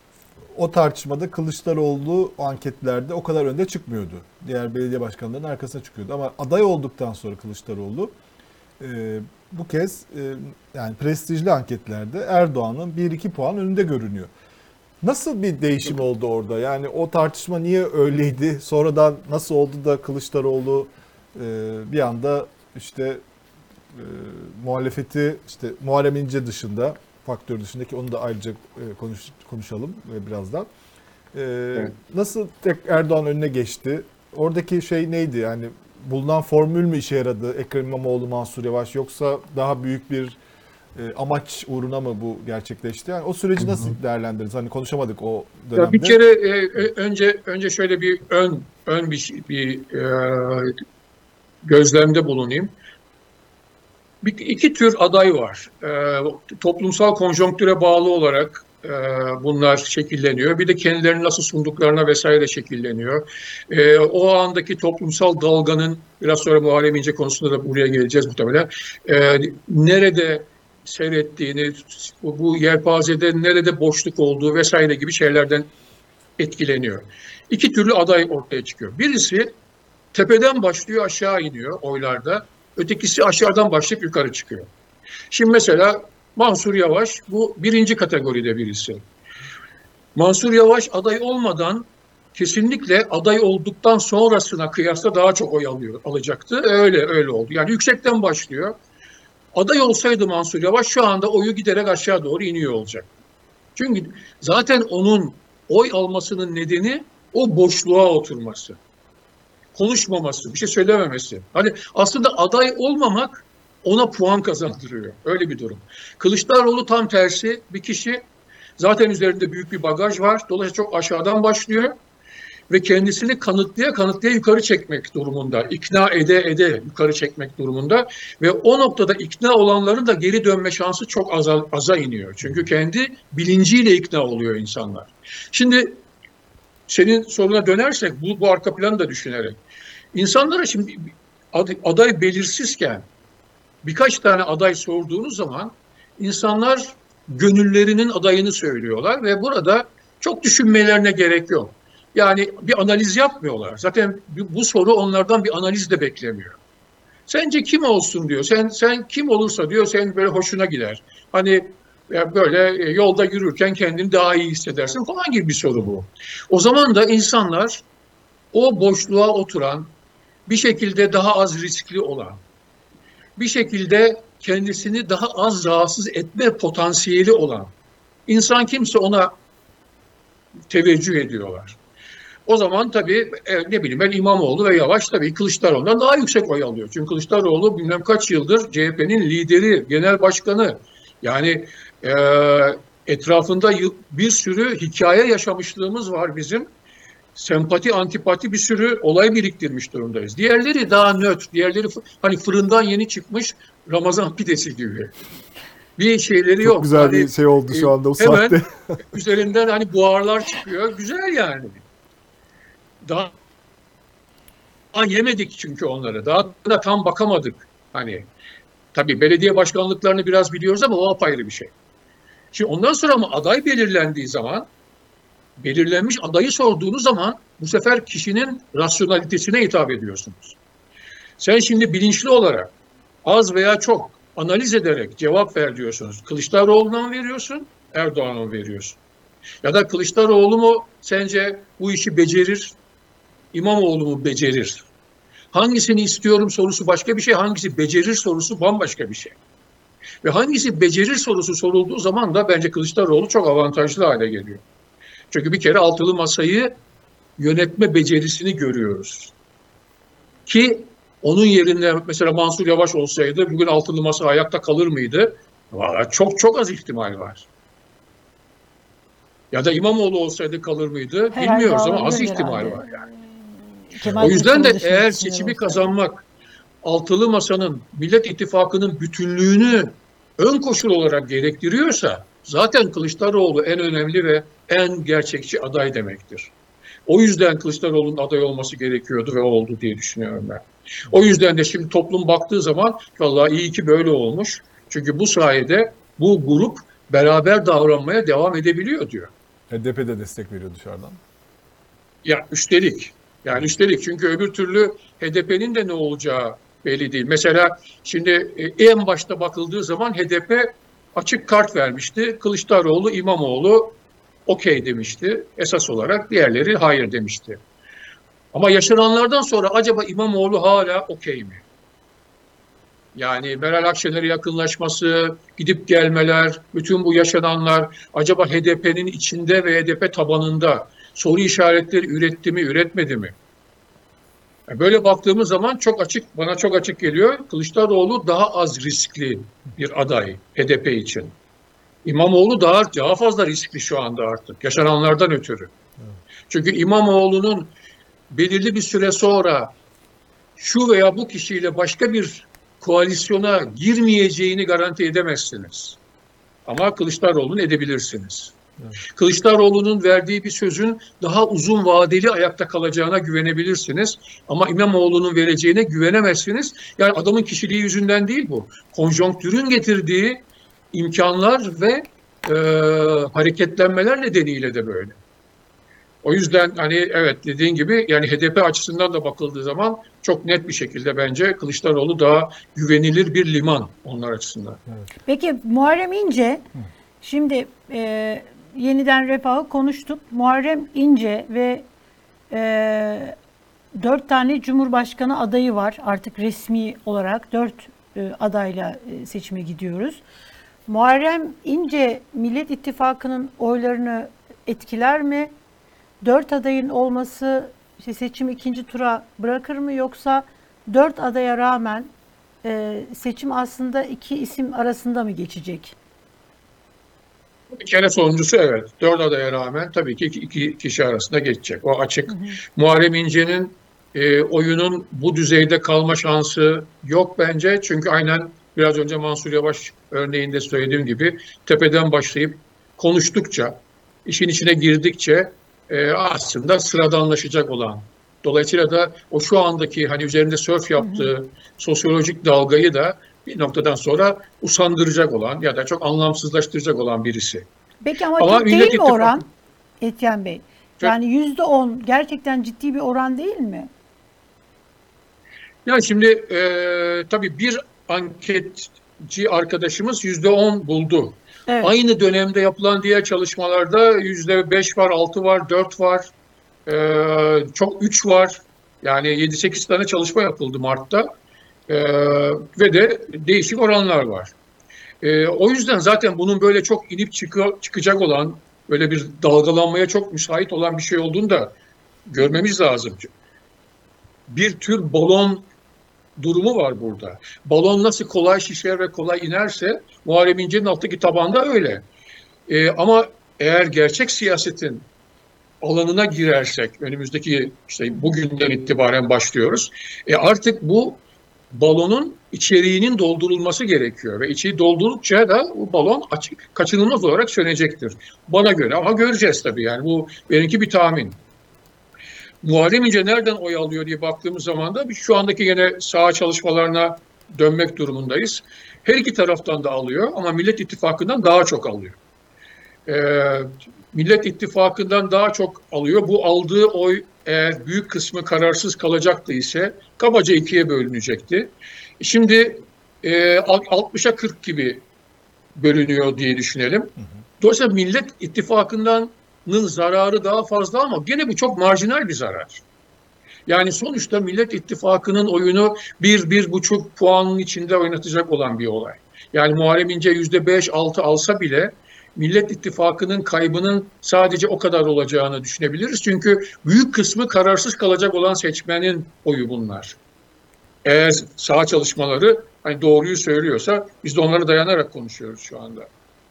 O tartışmada Kılıçdaroğlu o anketlerde o kadar önde çıkmıyordu. Diğer belediye başkanlarının arkasına çıkıyordu. Ama aday olduktan sonra Kılıçdaroğlu e, bu kez e, yani prestijli anketlerde Erdoğan'ın bir iki puan önünde görünüyor. Nasıl bir değişim oldu orada? Yani o tartışma niye öyleydi? Sonradan nasıl oldu da Kılıçdaroğlu e, bir anda işte e, muhalefeti işte Muharrem İnce dışında faktör dışındaki onu da ayrıca e, konuş, konuşalım e, birazdan. E, Evet. Nasıl tek Erdoğan önüne geçti? Oradaki şey neydi? Yani bulunan formül mü işe yaradı? Ekrem İmamoğlu, Mansur Yavaş yoksa daha büyük bir e, amaç uğruna mı bu gerçekleşti? Yani o süreci nasıl değerlendirdiniz? Hani konuşamadık o dönemde. Ya bir kere e, e, önce önce şöyle bir ön ön bir şey- bir e, gözlemde bulunayım. Bir, iki tür aday var. E, toplumsal konjonktüre bağlı olarak e, bunlar şekilleniyor. Bir de kendilerini nasıl sunduklarına vesaire şekilleniyor. E, o andaki toplumsal dalganın, biraz sonra Muharrem İnce konusunda da buraya geleceğiz muhtemelen. E, nerede seyrettiğini, bu, bu yelpazede nerede boşluk olduğu vesaire gibi şeylerden etkileniyor. İki türlü aday ortaya çıkıyor. Birisi tepeden başlıyor, aşağı iniyor oylarda. Ötekisi aşağıdan başlayıp yukarı çıkıyor. Şimdi mesela Mansur Yavaş bu birinci kategoride birisi. Mansur Yavaş aday olmadan kesinlikle aday olduktan sonrasına kıyasla daha çok oy alıyor, alacaktı. Öyle öyle oldu. Yani yüksekten başlıyor. Aday olsaydı Mansur Yavaş şu anda oyu giderek aşağı doğru iniyor olacak. Çünkü zaten onun oy almasının nedeni o boşluğa oturması. Konuşmaması, bir şey söylememesi. Hani aslında aday olmamak ona puan kazandırıyor. Öyle bir durum. Kılıçdaroğlu tam tersi bir kişi. Zaten üzerinde büyük bir bagaj var. Dolayısıyla çok aşağıdan başlıyor ve kendisini kanıtlaya kanıtlaya yukarı çekmek durumunda. İkna ede ede yukarı çekmek durumunda ve o noktada ikna olanların da geri dönme şansı çok aza, aza iniyor. Çünkü kendi bilinciyle ikna oluyor insanlar. Şimdi senin soruna dönersek bu, bu arka planı da düşünerek. İnsanlara şimdi aday belirsizken birkaç tane aday sorduğunuz zaman insanlar gönüllerinin adayını söylüyorlar ve burada çok düşünmelerine gerek yok. Yani bir analiz yapmıyorlar. Zaten bu soru onlardan bir analiz de beklemiyor. Sence kim olsun diyor. Sen sen kim olursa diyor senin böyle hoşuna gider. Hani böyle yolda yürürken kendini daha iyi hissedersin falan gibi bir soru bu. O zaman da insanlar o boşluğa oturan, bir şekilde daha az riskli olan, bir şekilde kendisini daha az rahatsız etme potansiyeli olan insan kimse ona teveccüh ediyorlar. O zaman tabii ne bileyim ben İmamoğlu ve Yavaş tabii Kılıçdaroğlu'ndan daha yüksek oy alıyor. Çünkü Kılıçdaroğlu bilmem kaç yıldır C H P'nin lideri, genel başkanı. Yani e, etrafında bir sürü hikaye yaşamışlığımız var bizim. Sempati, antipati bir sürü olay biriktirmiş durumdayız. Diğerleri daha nötr, diğerleri hani fırından yeni çıkmış Ramazan pidesi gibi. Bir şeyleri Çok yok. Çok güzel hani, bir şey oldu şu anda o hemen saatte. üzerinden hani buharlar çıkıyor. Güzel yani. Daha, daha yemedik çünkü onları. Daha da tam bakamadık. Hani tabii belediye başkanlıklarını biraz biliyoruz ama o apayrı bir şey. Şimdi ondan sonra ama aday belirlendiği zaman belirlenmiş adayı sorduğunuz zaman bu sefer kişinin rasyonalitesine hitap ediyorsunuz. Sen şimdi bilinçli olarak az veya çok analiz ederek cevap ver diyorsunuz. Kılıçdaroğlu'na veriyorsun, Erdoğan'a veriyorsun. Ya da Kılıçdaroğlu mu sence bu işi becerir, İmamoğlu mu becerir? Hangisini istiyorum sorusu başka bir şey, hangisi becerir sorusu bambaşka bir şey. Ve hangisi becerir sorusu sorulduğu zaman da bence Kılıçdaroğlu çok avantajlı hale geliyor. Çünkü bir kere altılı masayı yönetme becerisini görüyoruz. Ki onun yerine mesela Mansur Yavaş olsaydı bugün altılı masa ayakta kalır mıydı? Vallahi çok çok az ihtimal var. Ya da İmamoğlu olsaydı kalır mıydı? Herhalde bilmiyoruz ama az olabilir ihtimal herhalde. var yani. Kemal O yüzden de Kılıçdaroğlu eğer dışında seçimi olsaydı. kazanmak, altılı masanın, Millet İttifakı'nın bütünlüğünü ön koşul olarak gerektiriyorsa zaten Kılıçdaroğlu en önemli ve en gerçekçi aday demektir. O yüzden Kılıçdaroğlu'nun aday olması gerekiyordu ve oldu diye düşünüyorum ben. O yüzden de şimdi toplum baktığı zaman vallahi iyi ki böyle olmuş. Çünkü bu sayede bu grup beraber davranmaya devam edebiliyor diyor. H D P de destek veriyor dışarıdan. Ya üstelik yani üstelik çünkü öbür türlü H D P'nin de ne olacağı belli değil. Mesela şimdi e, en başta bakıldığı zaman H D P açık kart vermişti. Kılıçdaroğlu, İmamoğlu okey demişti. Esas olarak diğerleri hayır demişti. Ama yaşananlardan sonra acaba İmamoğlu hala okey mi? Yani Meral Akşener'e yakınlaşması, gidip gelmeler, bütün bu yaşananlar acaba H D P'nin içinde ve H D P tabanında soru işaretleri üretti mi, üretmedi mi? Böyle baktığımız zaman çok açık, bana çok açık geliyor. Kılıçdaroğlu daha az riskli bir aday H D P için. İmamoğlu daha, daha fazla riskli şu anda artık yaşananlardan ötürü. Çünkü İmamoğlu'nun belirli bir süre sonra şu veya bu kişiyle başka bir koalisyona girmeyeceğini garanti edemezsiniz. Ama Kılıçdaroğlu'nu edebilirsiniz. Evet. Kılıçdaroğlu'nun verdiği bir sözün daha uzun vadeli ayakta kalacağına güvenebilirsiniz. Ama İmamoğlu'nun vereceğine güvenemezsiniz. Yani adamın kişiliği yüzünden değil bu. Konjonktürün getirdiği imkanlar ve e, hareketlenmeler nedeniyle de böyle. O yüzden hani evet dediğin gibi yani H D P açısından da bakıldığı zaman çok net bir şekilde bence Kılıçdaroğlu daha güvenilir bir liman onlar açısından. Evet. Peki Muharrem İnce, şimdi e, yeniden Refah'ı konuştuk. Muharrem İnce ve e, dört tane Cumhurbaşkanı adayı var. Artık resmi olarak dört e, adayla e, seçime gidiyoruz. Muharrem İnce Millet İttifakı'nın oylarını etkiler mi? Dört adayın olması işte seçim ikinci tura bırakır mı, yoksa dört adaya rağmen e, seçim aslında iki isim arasında mı geçecek? Bir kere sonuncusu evet. Dört adaya rağmen tabii ki iki, iki kişi arasında geçecek. O açık. Hı hı. Muharrem İnce'nin e, oyunun bu düzeyde kalma şansı yok bence. Çünkü aynen biraz önce Mansur Yavaş örneğinde söylediğim gibi tepeden başlayıp konuştukça, işin içine girdikçe e, aslında sıradanlaşacak olan. Dolayısıyla da o şu andaki hani üzerinde sörf yaptığı hı hı. sosyolojik dalgayı da bir noktadan sonra usandıracak olan ya da çok anlamsızlaştıracak olan birisi. Peki ama, ama çok değil mi oran Etyen Bey? Yani yüzde on gerçekten ciddi bir oran değil mi? Yani şimdi e, tabii bir anketçi arkadaşımız yüzde on buldu. Evet. Aynı dönemde yapılan diğer çalışmalarda yüzde beş var, altı var, dört var, e, çok üç var. Yani yedi sekiz tane çalışma yapıldı Mart'ta. Ee, ve de değişik oranlar var. Ee, o yüzden zaten bunun böyle çok inip çıkı, çıkacak olan, böyle bir dalgalanmaya çok müsait olan bir şey olduğunu da görmemiz lazım. Bir tür balon durumu var burada. Balon nasıl kolay şişer ve kolay inerse Muharrem İnce'nin alttaki tabanda öyle. Ee, ama eğer gerçek siyasetin alanına girersek, önümüzdeki işte bugünden itibaren başlıyoruz. E artık bu balonun içeriğinin doldurulması gerekiyor ve içi doldurdukça da bu balon açık, kaçınılmaz olarak sönecektir. Bana göre ama göreceğiz tabii yani bu benimki bir tahmin. Muharrem İnce nereden oy alıyor diye baktığımız zaman da biz şu andaki yine saha çalışmalarına dönmek durumundayız. Her iki taraftan da alıyor ama Millet İttifakı'ndan daha çok alıyor. Ee, Millet İttifakı'ndan daha çok alıyor. Bu aldığı oy eğer büyük kısmı kararsız kalacaktı ise kabaca ikiye bölünecekti. Şimdi e, altmışa kırk gibi bölünüyor diye düşünelim. Hı hı. Dolayısıyla Millet İttifakı'nın zararı daha fazla ama gene bu çok marjinal bir zarar. Yani sonuçta Millet İttifakı'nın oyunu bir, bir buçuk puanın içinde oynatacak olan bir olay. Yani Muharrem İnce yüzde beş, altı alsa bile Millet İttifakı'nın kaybının sadece o kadar olacağını düşünebiliriz. Çünkü büyük kısmı kararsız kalacak olan seçmenin oyu bunlar. Eğer saha çalışmaları hani doğruyu söylüyorsa biz de onlara dayanarak konuşuyoruz şu anda.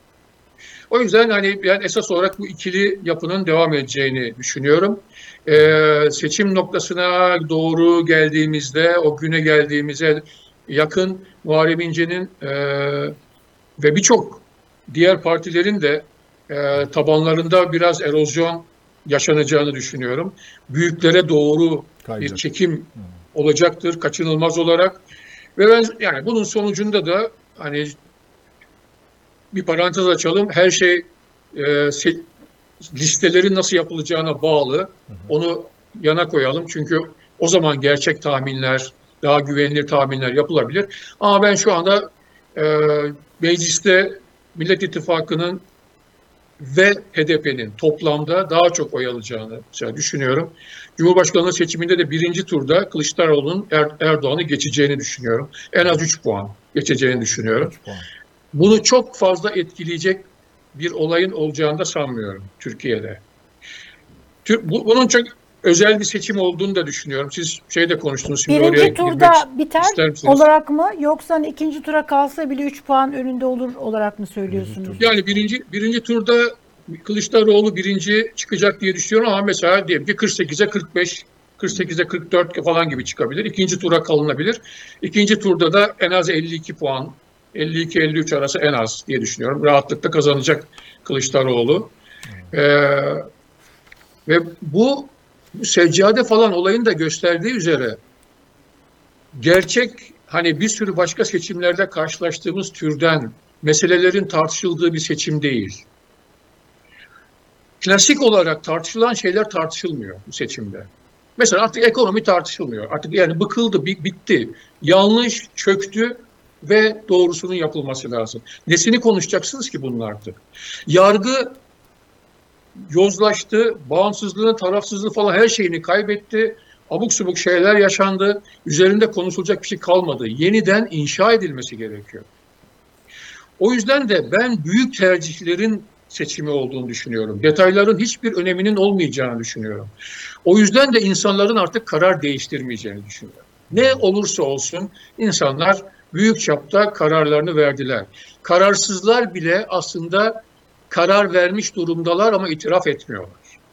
O yüzden hani ben esas olarak bu ikili yapının devam edeceğini düşünüyorum. Ee, seçim noktasına doğru geldiğimizde, o güne geldiğimize yakın Muharrem İnce'nin e, ve birçok diğer partilerin de e, tabanlarında biraz erozyon yaşanacağını düşünüyorum. Büyüklere doğru Kayacak. bir çekim olacaktır kaçınılmaz olarak. Ve ben yani bunun sonucunda da hani bir parantez açalım. Her şey e, se- listelerin nasıl yapılacağına bağlı. Onu yana koyalım. Çünkü o zaman gerçek tahminler, daha güvenilir tahminler yapılabilir. Ama ben şu anda e, mecliste Millet İttifakı'nın ve H D P'nin toplamda daha çok oy alacağını düşünüyorum. Cumhurbaşkanlığı seçiminde de birinci turda Kılıçdaroğlu'nun er, Erdoğan'ı geçeceğini düşünüyorum. En az üç puan geçeceğini düşünüyorum. üç puan. Bunu çok fazla etkileyecek bir olayın olacağını da sanmıyorum Türkiye'de. Tür- bu- Bunun çok özel bir seçim olduğunu da düşünüyorum. Siz şeyde konuştunuz. Şimdi oraya Birinci girmek turda biter ister misiniz? olarak mı yoksa hani ikinci tura kalsa bile üç puan önünde olur olarak mı söylüyorsunuz? Yani birinci birinci turda Kılıçdaroğlu birinci çıkacak diye düşünüyorum ama mesela diyelim ki kırk sekize kırk beş, kırk sekize kırk dört falan gibi çıkabilir. İkinci tura kalınabilir. İkinci turda da en az elli iki puan, elli iki elli üç arası en az diye düşünüyorum. Rahatlıkla kazanacak Kılıçdaroğlu. Ee, ve bu, bu seccade falan olayın da gösterdiği üzere gerçek hani bir sürü başka seçimlerde karşılaştığımız türden meselelerin tartışıldığı bir seçim değil. Klasik olarak tartışılan şeyler tartışılmıyor bu seçimde. Mesela artık ekonomi tartışılmıyor. Artık yani bıkıldı, bitti. Yanlış, çöktü ve doğrusunun yapılması lazım. Nesini konuşacaksınız ki bunun artık? Yargı yozlaştı, bağımsızlığını, tarafsızlığı falan her şeyini kaybetti. Abuk subuk şeyler yaşandı. Üzerinde konuşulacak bir şey kalmadı. Yeniden inşa edilmesi gerekiyor. O yüzden de ben büyük tercihlerin seçimi olduğunu düşünüyorum. Detayların hiçbir öneminin olmayacağını düşünüyorum. O yüzden de insanların artık karar değiştirmeyeceğini düşünüyorum. Ne olursa olsun insanlar büyük çapta kararlarını verdiler. Kararsızlar bile aslında karar vermiş durumdalar ama itiraf etmiyorlar.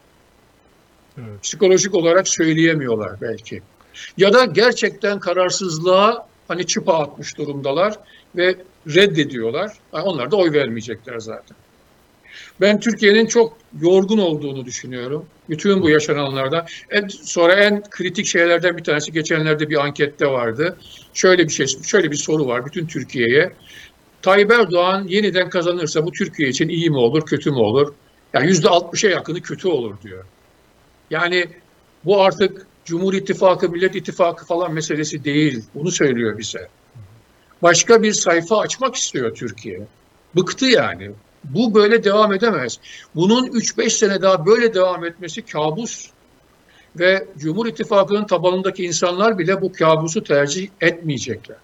Evet. Psikolojik olarak söyleyemiyorlar belki. Ya da gerçekten kararsızlığa hani çıpa atmış durumdalar ve reddediyorlar. Onlar da oy vermeyecekler zaten. Ben Türkiye'nin çok yorgun olduğunu düşünüyorum. Bütün bu yaşananlarda. En, sonra en kritik şeylerden bir tanesi geçenlerde bir ankette vardı. Şöyle bir şey, şöyle bir soru var bütün Türkiye'ye. Tayyip Erdoğan yeniden kazanırsa bu Türkiye için iyi mi olur, kötü mü olur? Yani yüzde altmışa yakını kötü olur diyor. Yani bu artık Cumhur İttifakı, Millet İttifakı falan meselesi değil. Bunu söylüyor bize. Başka bir sayfa açmak istiyor Türkiye. Bıktı yani. Bu böyle devam edemez. Bunun üç beş sene daha böyle devam etmesi kabus. Ve Cumhur İttifakı'nın tabanındaki insanlar bile bu kabusu tercih etmeyecekler.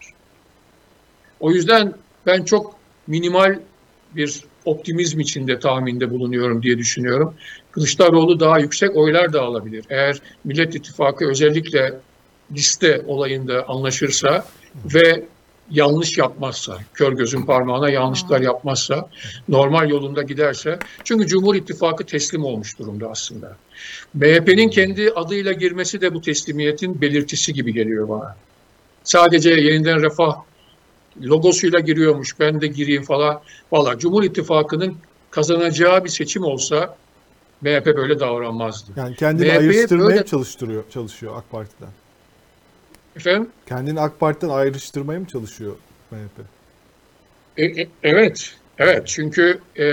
O yüzden ben çok minimal bir optimizm içinde tahminde bulunuyorum diye düşünüyorum. Kılıçdaroğlu daha yüksek oylar da alabilir. Eğer Millet İttifakı özellikle liste olayında anlaşırsa ve yanlış yapmazsa, kör gözün parmağına yanlışlar yapmazsa, normal yolunda giderse, çünkü Cumhur İttifakı teslim olmuş durumda aslında. M H P'nin kendi adıyla girmesi de bu teslimiyetin belirtisi gibi geliyor bana. Sadece Yeniden Refah logosuyla giriyormuş, ben de gireyim falan. Valla Cumhur İttifakı'nın kazanacağı bir seçim olsa M H P böyle davranmazdı. Yani kendini M H P'ye ayrıştırmaya böyle- çalıştırıyor, çalışıyor AK Parti'den. Efendim? Kendini AK Parti'den ayrıştırmaya mı çalışıyor M H P? E, e, evet, evet. Çünkü e,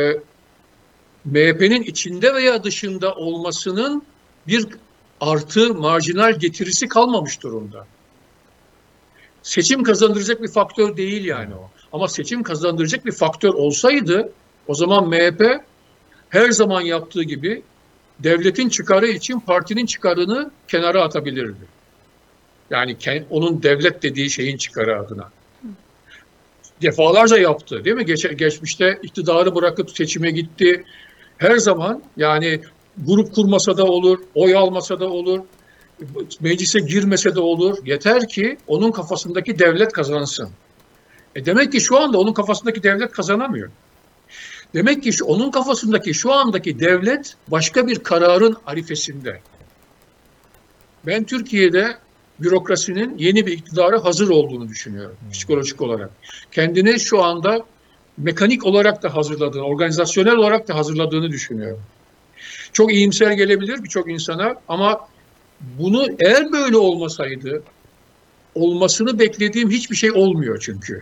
M H P'nin içinde veya dışında olmasının bir artı, marjinal getirisi kalmamış durumda. Seçim kazandıracak bir faktör değil yani o. Ama seçim kazandıracak bir faktör olsaydı o zaman M H P her zaman yaptığı gibi devletin çıkarı için partinin çıkarını kenara atabilirdi. Yani onun devlet dediği şeyin çıkarı adına. Defalarca yaptı değil mi? Geç, geçmişte iktidarı bırakıp seçime gitti. Her zaman yani grup kurmasa da olur, oy almasa da olur, meclise girmese de olur. Yeter ki onun kafasındaki devlet kazansın. E demek ki şu anda onun kafasındaki devlet kazanamıyor. Demek ki şu, onun kafasındaki şu andaki devlet başka bir kararın arifesinde. Ben Türkiye'de bürokrasinin yeni bir iktidara hazır olduğunu düşünüyorum psikolojik olarak. Kendini şu anda mekanik olarak da hazırladığını, organizasyonel olarak da hazırladığını düşünüyorum. çok iyimser gelebilir birçok insana ama bunu eğer böyle olmasaydı, olmasını beklediğim hiçbir şey olmuyor çünkü.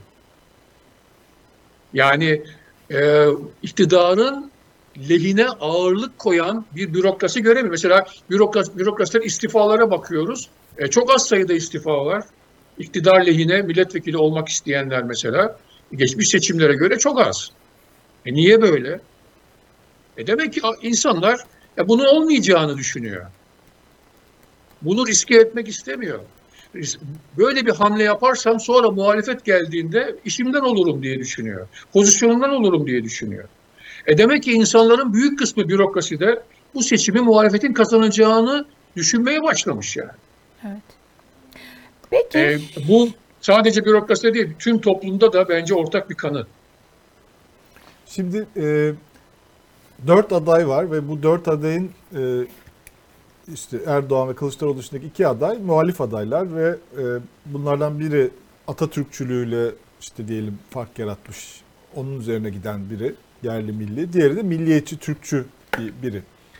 Yani e, iktidarın lehine ağırlık koyan bir bürokrasi göremiyor. Mesela bürokrat, bürokrasiler istifalara bakıyoruz. E, çok az sayıda istifa var. İktidar lehine milletvekili olmak isteyenler mesela geçmiş seçimlere göre çok az. E niye böyle? E demek ki insanlar ya bunun olmayacağını düşünüyor. Bunu riske etmek istemiyor. Böyle bir hamle yaparsam sonra muhalefet geldiğinde işimden olurum diye düşünüyor. Pozisyonumdan olurum diye düşünüyor. E demek ki insanların büyük kısmı bürokraside bu seçimi muhalefetin kazanacağını düşünmeye başlamış yani. Evet. Peki. E, bu sadece bürokraside değil, tüm toplumda da bence ortak bir kanı. Şimdi e, dört aday var ve bu dört adayın e, işte Erdoğan ve Kılıçdaroğlu dışındaki iki aday muhalif adaylar ve e, bunlardan biri Atatürkçülüğüyle işte diyelim fark yaratmış, onun üzerine giden biri yerli milli, diğeri de milliyetçi Türkçü bir, biri.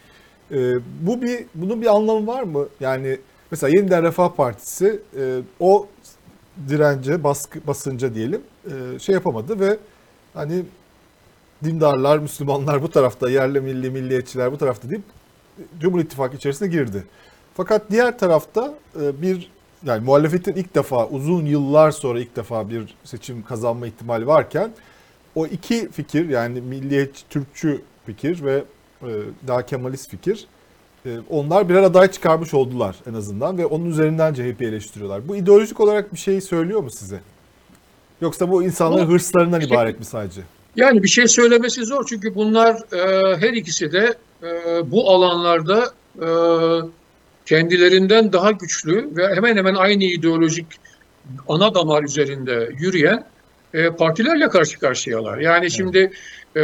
E, bu bir bunun bir anlamı var mı? Yani mesela Yeniden Refah Partisi e, o dirence, baskı, basınca diyelim e, şey yapamadı ve hani dindarlar, Müslümanlar bu tarafta, yerli milli, milliyetçiler bu tarafta deyip Cumhur İttifakı içerisine girdi. Fakat diğer tarafta bir yani muhalefetin ilk defa uzun yıllar sonra ilk defa bir seçim kazanma ihtimali varken o iki fikir yani milliyetçi, Türkçü fikir ve daha Kemalist fikir onlar birer aday çıkarmış oldular en azından ve onun üzerinden C H P'yi eleştiriyorlar. Bu ideolojik olarak bir şey söylüyor mu size? Yoksa bu insanların bu, hırslarından işte, ibaret mi sadece? Yani bir şey söylemesi zor çünkü bunlar e, her ikisi de e, bu alanlarda e, kendilerinden daha güçlü ve hemen hemen aynı ideolojik ana damar üzerinde yürüyen e, partilerle karşı karşıyalar. Yani evet. Şimdi e,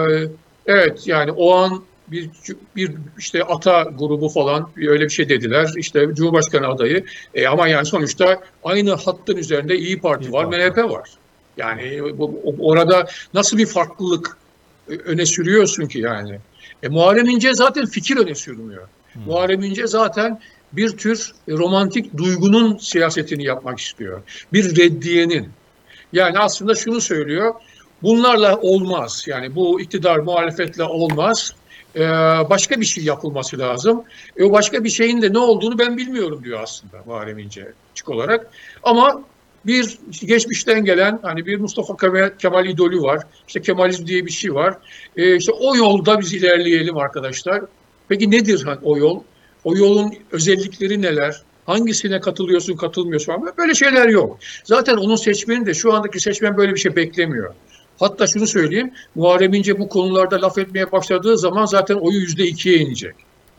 evet yani o an bir bir işte Ata grubu falan öyle bir şey dediler. İşte Cumhurbaşkanı adayı e, ama yani sonuçta aynı hattın üzerinde İyi Parti İyi var, Parti. M H P var. Yani bu, orada nasıl bir farklılık öne sürüyorsun ki yani? E, Muharrem İnce zaten fikir öne sürmüyor. Hmm. Muharrem İnce zaten bir tür romantik duygunun siyasetini yapmak istiyor. Bir reddiyenin. Yani aslında şunu söylüyor. Bunlarla olmaz. Yani bu iktidar muhalefetle olmaz. Ee, başka bir şey yapılması lazım. E, o başka bir şeyin de ne olduğunu ben bilmiyorum diyor aslında Muharrem İnce açık olarak. Ama bir işte geçmişten gelen hani bir Mustafa Kemal, Kemal idolü var. İşte Kemalizm diye bir şey var. Ee, işte o yolda biz ilerleyelim arkadaşlar. Peki nedir o yol? O yolun özellikleri neler? Hangisine katılıyorsun, katılmıyorsun ama böyle şeyler yok. Zaten onun seçmeni de şu andaki seçmen böyle bir şey beklemiyor. Hatta şunu söyleyeyim, Muharrem İnce bu konularda laf etmeye başladığı zaman zaten oyu yüzde ikiye inecek.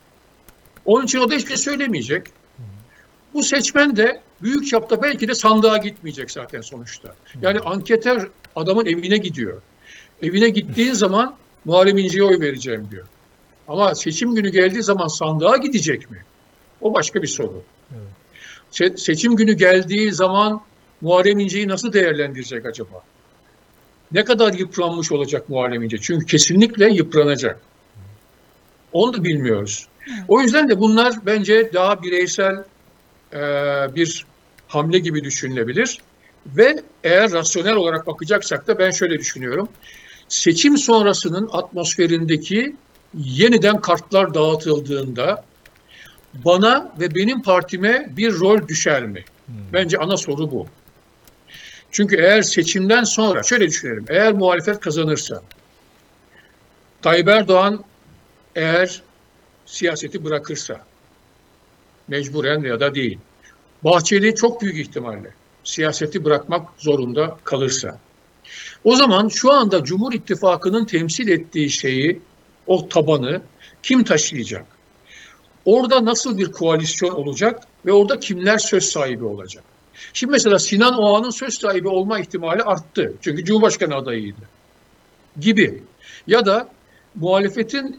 Onun için o da hiçbir şey söylemeyecek. Bu seçmen de büyük çapta belki de sandığa gitmeyecek zaten sonuçta. Yani anketer adamın evine gidiyor. Evine gittiğin zaman Muharrem İnce'ye oy vereceğim diyor. Ama seçim günü geldiği zaman sandığa gidecek mi? O başka bir soru. Evet. Se- seçim günü geldiği zaman Muharrem İnce'yi nasıl değerlendirecek acaba? Ne kadar yıpranmış olacak Muharrem İnce? Çünkü kesinlikle yıpranacak. Onu da bilmiyoruz. O yüzden de bunlar bence daha bireysel e, bir hamle gibi düşünülebilir. Ve eğer rasyonel olarak bakacaksak da ben şöyle düşünüyorum. Seçim sonrasının atmosferindeki yeniden kartlar dağıtıldığında bana ve benim partime bir rol düşer mi? Bence ana soru bu. Çünkü eğer seçimden sonra, şöyle düşünelim, eğer muhalefet kazanırsa, Tayyip Erdoğan eğer siyaseti bırakırsa, mecburen ya da değil, Bahçeli çok büyük ihtimalle siyaseti bırakmak zorunda kalırsa, o zaman şu anda Cumhur İttifakı'nın temsil ettiği şeyi, o tabanı kim taşıyacak? Orada nasıl bir koalisyon olacak ve orada kimler söz sahibi olacak? Şimdi mesela Sinan Oğan'ın söz sahibi olma ihtimali arttı. Çünkü Cumhurbaşkanı adayıydı. Gibi. Ya da muhalefetin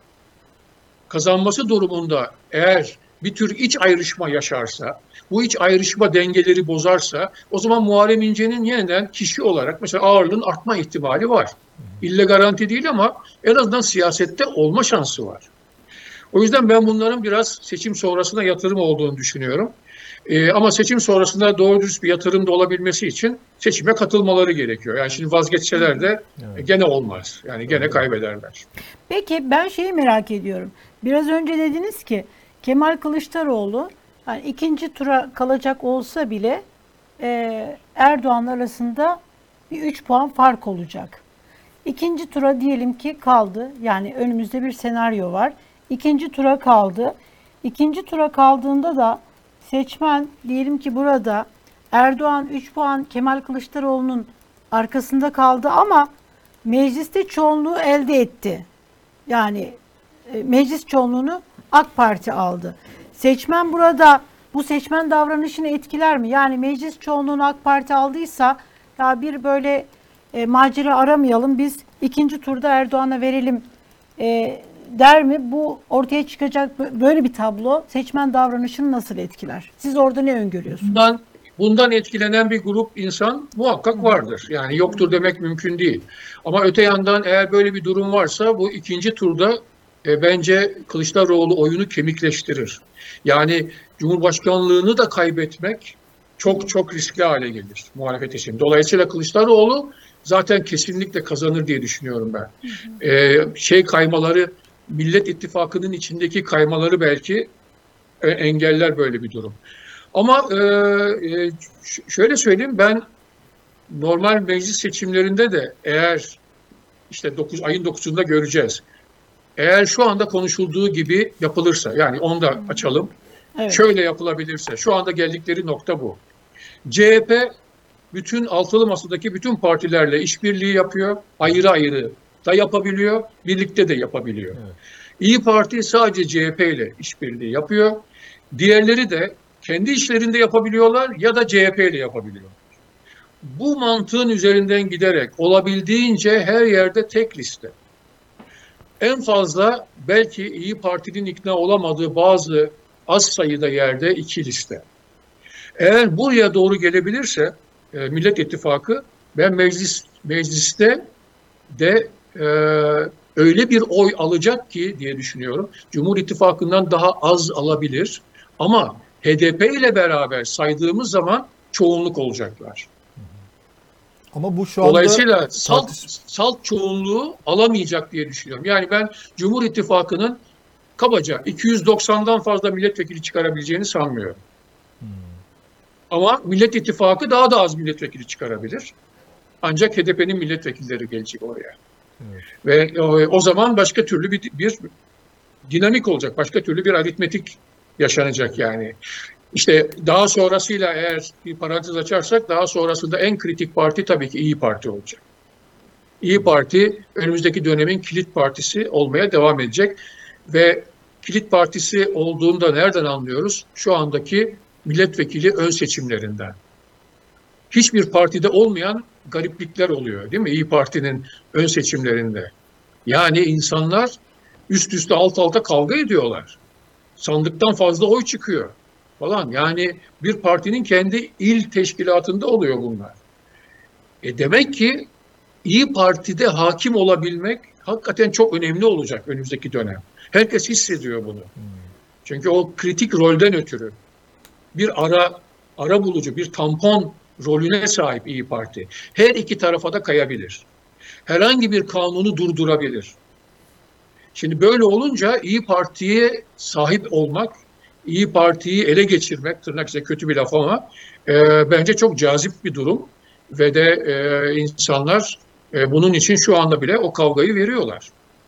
kazanması durumunda eğer bir tür iç ayrışma yaşarsa, bu iç ayrışma dengeleri bozarsa o zaman Muharrem İnce'nin yeniden kişi olarak mesela ağırlığın artma ihtimali var. İlle garanti değil ama en azından siyasette olma şansı var. O yüzden ben bunların biraz seçim sonrasında yatırım olduğunu düşünüyorum. Ee, ama seçim sonrasında doğru dürüst bir yatırım da olabilmesi için seçime katılmaları gerekiyor. Yani şimdi vazgeçseler de Evet. gene olmaz. Yani gene kaybederler. Peki ben şeyi merak ediyorum. Biraz önce dediniz ki Kemal Kılıçdaroğlu yani ikinci tura kalacak olsa bile e, Erdoğan arasında bir üç puan fark olacak. İkinci tura diyelim ki kaldı. Yani önümüzde bir senaryo var. İkinci tura kaldı. İkinci tura kaldığında da seçmen diyelim ki burada Erdoğan üç puan Kemal Kılıçdaroğlu'nun arkasında kaldı ama mecliste çoğunluğu elde etti. Yani e, meclis çoğunluğunu AK Parti aldı. Seçmen burada bu seçmen davranışını etkiler mi? Yani meclis çoğunluğunu AK Parti aldıysa ya bir böyle e, macera aramayalım biz ikinci turda Erdoğan'a verelim e, der mi? Bu ortaya çıkacak böyle bir tablo seçmen davranışını nasıl etkiler? Siz orada ne öngörüyorsunuz? Bundan, bundan etkilenen bir grup insan muhakkak vardır. Yani yoktur demek mümkün değil. Ama öte yandan eğer böyle bir durum varsa bu ikinci turda e, bence Kılıçdaroğlu oyunu kemikleştirir. Yani Cumhurbaşkanlığını da kaybetmek çok çok riskli hale gelir muhalefet için. Dolayısıyla Kılıçdaroğlu zaten kesinlikle kazanır diye düşünüyorum ben. E, şey kaymaları, Millet İttifakı'nın içindeki kaymaları belki e, engeller böyle bir durum. Ama e, e, şöyle söyleyeyim, ben normal meclis seçimlerinde de eğer işte dokuz ayın dokuzunda göreceğiz. Eğer şu anda konuşulduğu gibi yapılırsa, yani onu da açalım. Evet. Şöyle yapılabilirse, şu anda geldikleri nokta bu. C H P bütün altılı masadaki bütün partilerle işbirliği yapıyor. Ayrı ayrı da yapabiliyor, birlikte de yapabiliyor. Evet. İyi Parti sadece C H P ile işbirliği yapıyor. Diğerleri de kendi işlerinde yapabiliyorlar ya da C H P ile yapabiliyor. Bu mantığın üzerinden giderek olabildiğince her yerde tek liste. En fazla belki İyi Parti'nin ikna olamadığı bazı az sayıda yerde iki liste. Eğer buraya doğru gelebilirse e, Millet İttifakı, ben meclis mecliste de e, öyle bir oy alacak ki diye düşünüyorum. Cumhur İttifakı'ndan daha az alabilir ama H D P ile beraber saydığımız zaman çoğunluk olacaklar. Ama bu şu anda Dolayısıyla salt, tartış- salt çoğunluğu alamayacak diye düşünüyorum. Yani ben Cumhur İttifakı'nın kabaca iki yüz doksandan fazla milletvekili çıkarabileceğini sanmıyorum. Hmm. Ama Millet İttifakı daha da az milletvekili çıkarabilir. Ancak H D P'nin milletvekilleri gelecek oraya. Evet. Ve o, o zaman başka türlü bir, bir dinamik olacak. Başka türlü bir aritmetik yaşanacak yani. İşte daha sonrasıyla eğer bir parantez açarsak daha sonrasında en kritik parti tabii ki İyi Parti olacak. İyi Parti önümüzdeki dönemin kilit partisi olmaya devam edecek ve kilit partisi olduğunda nereden anlıyoruz? Şu andaki milletvekili ön seçimlerinden. Hiçbir partide olmayan gariplikler oluyor değil mi? İyi Parti'nin ön seçimlerinde. Yani insanlar üst üste alt alta kavga ediyorlar. Sandıktan fazla oy çıkıyor falan. Yani bir partinin kendi il teşkilatında oluyor bunlar. E demek ki İyi Parti'de hakim olabilmek hakikaten çok önemli olacak önümüzdeki dönem. Herkes hissediyor bunu. Çünkü o kritik rolden ötürü bir ara ara bulucu, bir tampon rolüne sahip İyi Parti. Her iki tarafa da kayabilir. Herhangi bir kanunu durdurabilir. Şimdi böyle olunca İyi Parti'ye sahip olmak, İyi Parti'yi ele geçirmek, tırnak içinde kötü bir laf ama e, bence çok cazip bir durum. Ve de e, insanlar e, bunun için şu anda bile o kavgayı veriyorlar.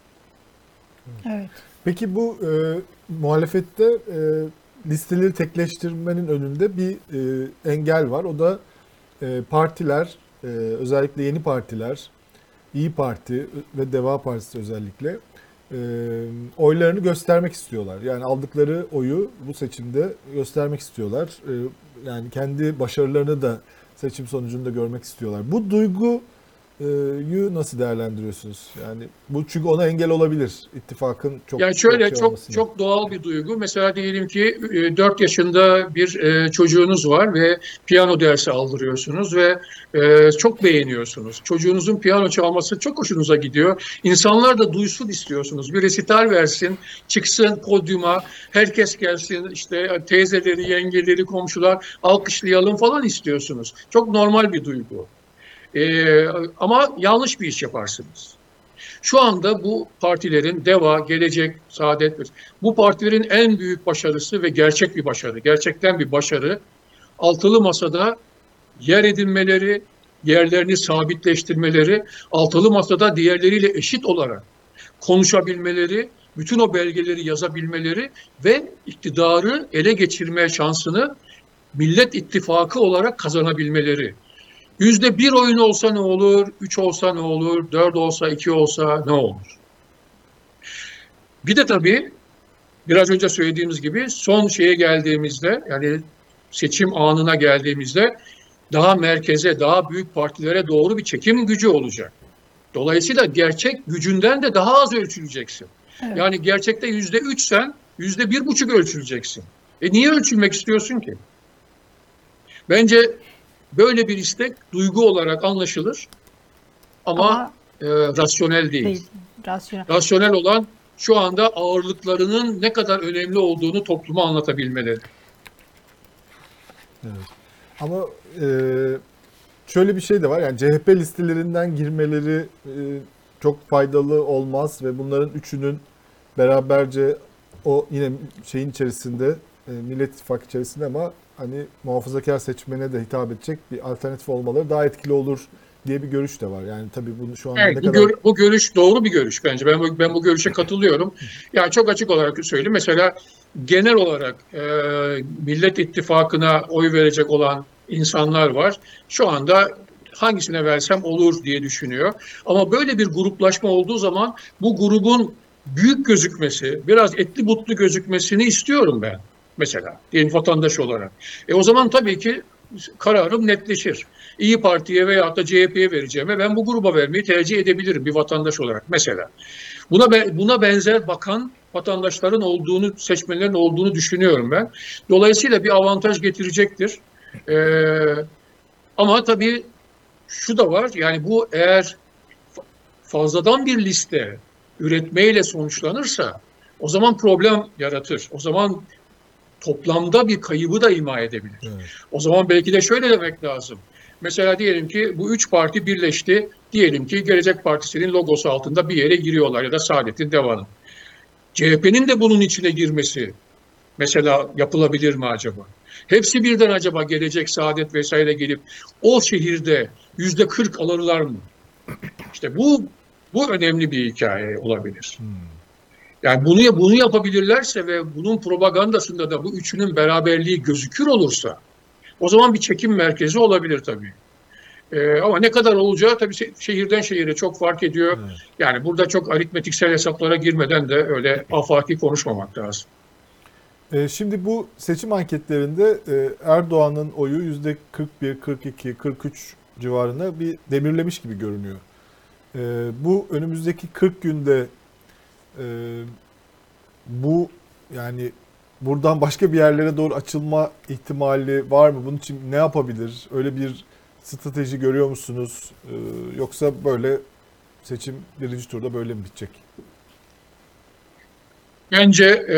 Evet. Peki bu e, muhalefette e, listeleri tekleştirmenin önünde bir e, engel var. O da e, partiler, e, özellikle yeni partiler, İyi Parti ve Deva Partisi özellikle e, oylarını göstermek istiyorlar. Yani aldıkları oyu bu seçimde göstermek istiyorlar. E, yani kendi başarılarını da seçim sonucunda görmek istiyorlar. Bu duygu nasıl değerlendiriyorsunuz? Yani bu çünkü ona engel olabilir. İttifakın çok Yani şöyle çok şey çok olmasına. çok doğal bir duygu. Mesela diyelim ki e, dört yaşında bir e, çocuğunuz var ve piyano dersi aldırıyorsunuz ve e, çok beğeniyorsunuz. Çocuğunuzun piyano çalması çok hoşunuza gidiyor. İnsanlar da duysun istiyorsunuz. Bir resital versin, çıksın podyuma, herkes gelsin, işte teyzeleri, yengeleri, komşular alkışlayalım falan istiyorsunuz. Çok normal bir duygu. E, ama yanlış bir iş yaparsınız. Şu anda bu partilerin DEVA, Gelecek, Saadet, bu partilerin en büyük başarısı ve gerçek bir başarı, gerçekten bir başarı, altılı masada yer edinmeleri, yerlerini sabitleştirmeleri, altılı masada diğerleriyle eşit olarak konuşabilmeleri, bütün o belgeleri yazabilmeleri ve iktidarı ele geçirme şansını Millet İttifakı olarak kazanabilmeleri. Yüzde bir oyun olsa ne olur, üç olsa ne olur, dört olsa, iki olsa ne olur? Bir de tabii biraz önce söylediğimiz gibi son şeye geldiğimizde, yani seçim anına geldiğimizde daha merkeze, daha büyük partilere doğru bir çekim gücü olacak. Dolayısıyla gerçek gücünden de daha az ölçüleceksin. Evet. Yani gerçekte yüzde üçsen yüzde bir buçuk ölçüleceksin. E niye ölçülmek istiyorsun ki? Bence böyle bir istek duygu olarak anlaşılır ama, Ama e, rasyonel değil. değil. Rasyonel. Rasyonel olan şu anda ağırlıklarının ne kadar önemli olduğunu topluma anlatabilmeleri. Evet. Ama e, şöyle bir şey de var. Yani C H P listelerinden girmeleri e, çok faydalı olmaz ve bunların üçünün beraberce o yine şeyin içerisinde e, Millet İttifakı içerisinde ama hani muhafazakar seçmene de hitap edecek bir alternatif olmaları daha etkili olur diye bir görüş de var. Yani tabii bunu şu anda Evet, ne bu, kadar gör- bu görüş doğru bir görüş bence. Ben bu, ben bu görüşe katılıyorum. Yani çok açık olarak söyleyeyim. Mesela genel olarak e, Millet İttifakı'na oy verecek olan insanlar var. Şu anda hangisine versem olur diye düşünüyor. Ama böyle bir gruplaşma olduğu zaman bu grubun büyük gözükmesi, biraz etli butlu gözükmesini istiyorum ben. Mesela diyelim vatandaş olarak. E o zaman tabii ki kararım netleşir. İyi Parti'ye veya da C H P'ye vereceğime ben bu gruba vermeyi tercih edebilirim bir vatandaş olarak mesela. Buna buna benzer bakan vatandaşların olduğunu, seçmenlerin olduğunu düşünüyorum ben. Dolayısıyla bir avantaj getirecektir. Ee, ama tabii şu da var, yani bu eğer fazladan bir liste üretmeyle sonuçlanırsa o zaman problem yaratır. O zaman toplamda bir kaybı da ima edebilir. Evet. O zaman belki de şöyle demek lazım. Mesela diyelim ki bu üç parti birleşti. Diyelim ki Gelecek Partisi'nin logosu altında bir yere giriyorlar ya da Saadet'in, Deva'nın. C H P'nin de bunun içine girmesi mesela yapılabilir mi acaba? Hepsi birden acaba Gelecek, Saadet vesaire gelip o şehirde yüzde kırk alırlar mı? İşte bu bu önemli bir hikaye olabilir. Hmm. Yani bunu bunu yapabilirlerse ve bunun propagandasında da bu üçünün beraberliği gözükür olursa o zaman bir çekim merkezi olabilir tabii. Ee, ama ne kadar olacağı tabii şehirden şehire çok fark ediyor. Evet. Yani burada çok aritmetiksel hesaplara girmeden de öyle afaki konuşmamak lazım. E, şimdi bu seçim anketlerinde e, Erdoğan'ın oyu yüzde kırk bir, kırk iki, kırk üç civarında bir demirlemiş gibi görünüyor. E, bu önümüzdeki kırk günde e, bu yani buradan başka bir yerlere doğru açılma ihtimali var mı? Bunun için ne yapabilir? Öyle bir strateji görüyor musunuz? E, yoksa böyle seçim birinci turda böyle mi bitecek? Bence e,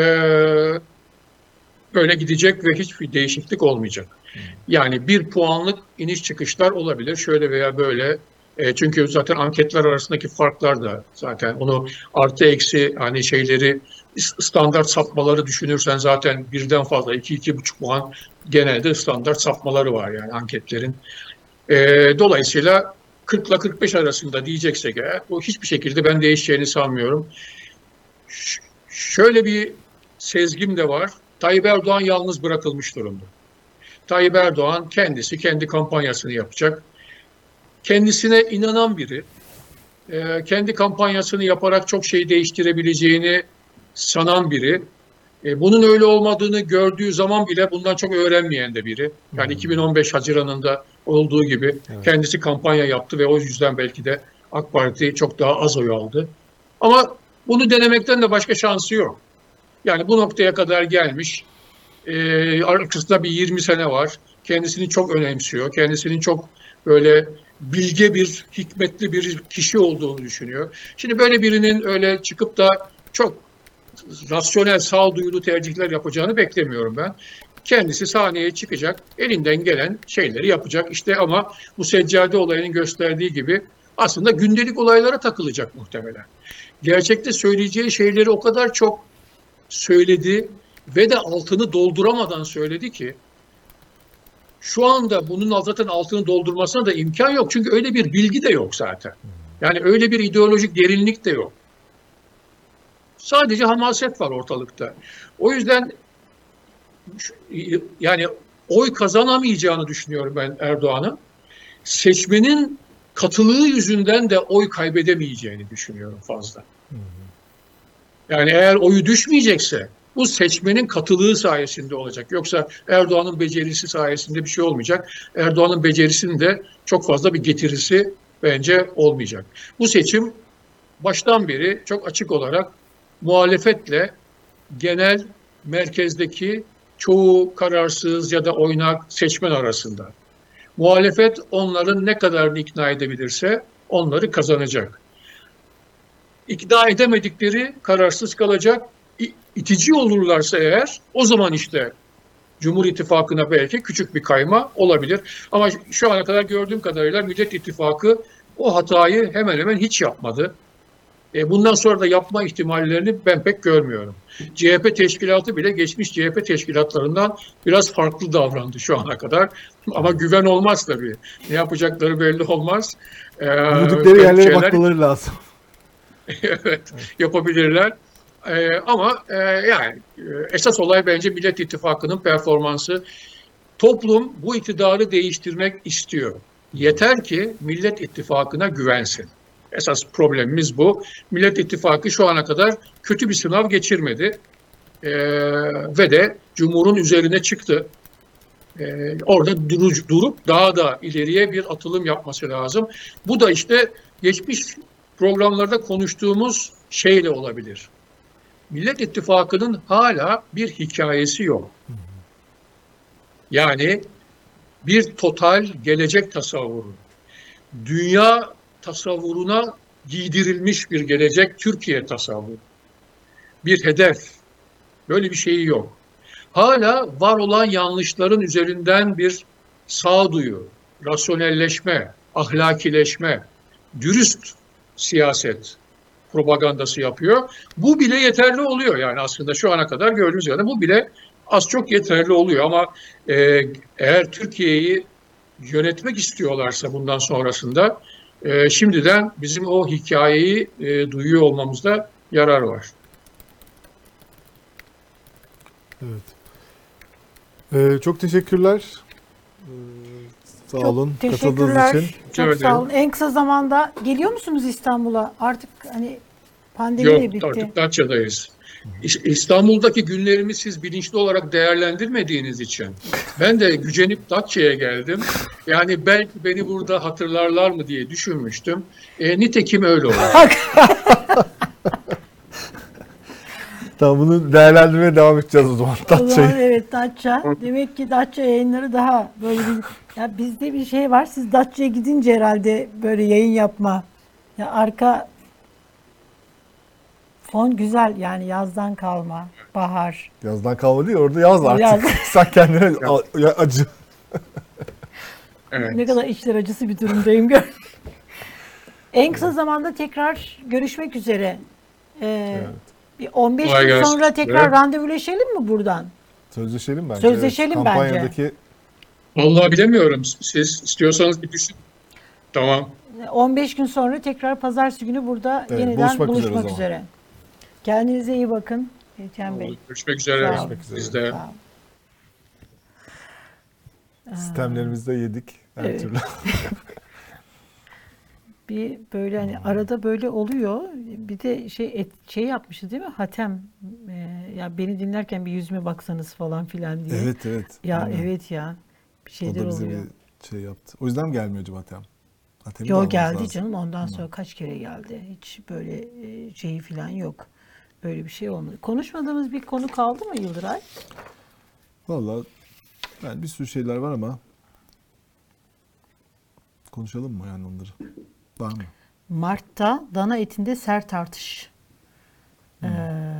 böyle gidecek ve hiçbir değişiklik olmayacak. Yani bir puanlık iniş çıkışlar olabilir şöyle veya böyle. E, çünkü zaten anketler arasındaki farklar da zaten onu artı eksi hani şeyleri standart sapmaları düşünürsen zaten birden fazla iki iki buçuk puan genelde standart sapmaları var yani anketlerin. E, dolayısıyla kırk ile kırk beş arasında diyeceksek eğer bu hiçbir şekilde ben değişeceğini sanmıyorum. Ş- şöyle bir sezgim de var. Tayyip Erdoğan yalnız bırakılmış durumda. Tayyip Erdoğan kendisi kendi kampanyasını yapacak. Kendisine inanan biri, e, kendi kampanyasını yaparak çok şey değiştirebileceğini sanan biri, e, bunun öyle olmadığını gördüğü zaman bile bundan çok öğrenmeyen de biri. Yani iki bin on beş Haziran'ında olduğu gibi Evet. kendisi kampanya yaptı ve o yüzden belki de AK Parti çok daha az oy aldı. Ama bunu denemekten de başka şansı yok. Yani bu noktaya kadar gelmiş. Ee, arkasında bir yirmi sene var. Kendisini çok önemsiyor. Kendisinin çok böyle bilge bir, hikmetli bir kişi olduğunu düşünüyor. Şimdi böyle birinin öyle çıkıp da çok rasyonel, sağduyulu tercihler yapacağını beklemiyorum ben. Kendisi sahneye çıkacak, elinden gelen şeyleri yapacak. İşte ama bu seccade olayının gösterdiği gibi aslında gündelik olaylara takılacak muhtemelen. Gerçekte söyleyeceği şeyleri o kadar çok söyledi ve de altını dolduramadan söyledi ki şu anda bunun zaten altını doldurmasına da imkan yok. Çünkü öyle bir bilgi de yok zaten. Yani öyle bir ideolojik derinlik de yok. Sadece hamaset var ortalıkta. O yüzden yani oy kazanamayacağını düşünüyorum ben Erdoğan'ın. Seçmenin katılığı yüzünden de oy kaybedemeyeceğini düşünüyorum fazla. Yani eğer oyu düşmeyecekse bu seçmenin katılığı sayesinde olacak. Yoksa Erdoğan'ın becerisi sayesinde bir şey olmayacak. Erdoğan'ın becerisinin de çok fazla bir getirisi bence olmayacak. Bu seçim baştan beri çok açık olarak muhalefetle genel merkezdeki çoğu kararsız ya da oynak seçmen arasında. Muhalefet onların ne kadarını ikna edebilirse onları kazanacak. İkna edemedikleri kararsız kalacak. İtici olurlarsa eğer o zaman işte Cumhur İttifakı'na belki küçük bir kayma olabilir. Ama şu ana kadar gördüğüm kadarıyla Millet İttifakı o hatayı hemen hemen hiç yapmadı. E bundan sonra da yapma ihtimallerini ben pek görmüyorum. C H P teşkilatı bile geçmiş C H P teşkilatlarından biraz farklı davrandı şu ana kadar. Ama güven olmaz tabii. Ne yapacakları belli olmaz. Ee, Yürüdükleri yerlere şeyler, bakmaları lazım. evet, yapabilirler. Ee, ama e, yani e, esas olay bence Millet İttifakı'nın performansı. Toplum bu iktidarı değiştirmek istiyor. Yeter ki Millet İttifakı'na güvensin. Esas problemimiz bu. Millet İttifakı şu ana kadar kötü bir sınav geçirmedi. Ee, ve de Cumhur'un üzerine çıktı. Ee, orada durup, durup daha da ileriye bir atılım yapması lazım. Bu da işte geçmiş programlarda konuştuğumuz şeyle olabilir. Millet İttifakı'nın hala bir hikayesi yok. Yani bir total gelecek tasavvuru. Dünya tasavvuruna giydirilmiş bir gelecek Türkiye tasavvuru. Bir hedef. Böyle bir şeyi yok. Hala var olan yanlışların üzerinden bir sağduyu, rasyonelleşme, ahlakileşme, dürüst siyaset propagandası yapıyor. Bu bile yeterli oluyor yani aslında şu ana kadar gördüğünüz gibi bu bile az çok yeterli oluyor ama e, eğer Türkiye'yi yönetmek istiyorlarsa bundan sonrasında e, şimdiden bizim o hikayeyi e, duyuyor olmamızda yarar var. Evet. Ee, çok teşekkürler. Ee, sağ Çok olun katıldığınız teşekkürler. için. Çok Rica sağ olun. ederim. En kısa zamanda geliyor musunuz İstanbul'a? Artık hani pandemi de Yok, bitti. artık Datça'dayız. İ- İstanbul'daki günlerimi siz bilinçli olarak değerlendirmediğiniz için ben de gücenip Datça'ya geldim. Yani belki beni burada hatırlarlar mı diye düşünmüştüm. E, nitekim öyle oldu. Tamam, bunu değerlendirmeye devam edeceğiz o zaman. O zaman Datça'yı. evet Datça. Demek ki Datça yayınları daha böyle bir... Ya bizde bir şey var. Siz Datça'ya gidince herhalde böyle yayın yapma. Ya arka fon güzel yani yazdan kalma. Bahar. Yazdan kalma değil, orada yaz artık. Yaz. Sen kendine a- ya- acı. Evet. Ne kadar içler acısı bir durumdayım. gör. En kısa zamanda tekrar görüşmek üzere. Ee, Bir on beş Kolay gün gelsin. sonra tekrar Evet. randevuleşelim mi buradan? Sözleşelim bence. Sözleşelim evet. bence. Kampanyadaki Vallahi bilemiyorum. Siz istiyorsanız bir düşün. Tamam. on beş gün sonra tekrar pazartesi günü burada Evet, yeniden buluşmak buluşmak, üzere o zaman. üzere. Kendinize iyi bakın Etyen Bey. Görüşmek üzere. Sağ olun. Görüşmek üzere. Biz de. Sağ olun. sistemlerimizde yedik her Evet. türlü. Bir böyle hani arada böyle oluyor. Bir de şey et, şey yapmıştı değil mi? Hatem. Ee, ya beni dinlerken bir yüzüme baksanız falan filan diye. Evet evet. Ya Aynen. evet ya. Bir O şeyler da bize oluyor. bir şey yaptı. O yüzden mi gelmiyor acaba Atem? Atem'i de Yo almamız geldi lazım. canım, ondan sonra kaç kere geldi. Hiç böyle e, şeyi falan yok. Böyle bir şey olmadı. Konuşmadığımız bir konu kaldı mı Yıldıray? Vallahi yani bir sürü şeyler var ama konuşalım mı yani onları? Var mı? Mart'ta dana etinde sert artış. Ee,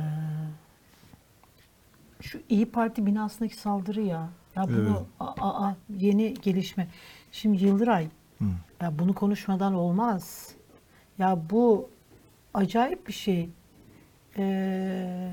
şu İyi Parti binasındaki saldırı ya. Ya bunu Evet. a- a- yeni gelişme. Şimdi Yıldıray, ya bunu konuşmadan olmaz. Ya bu acayip bir şey. Ee,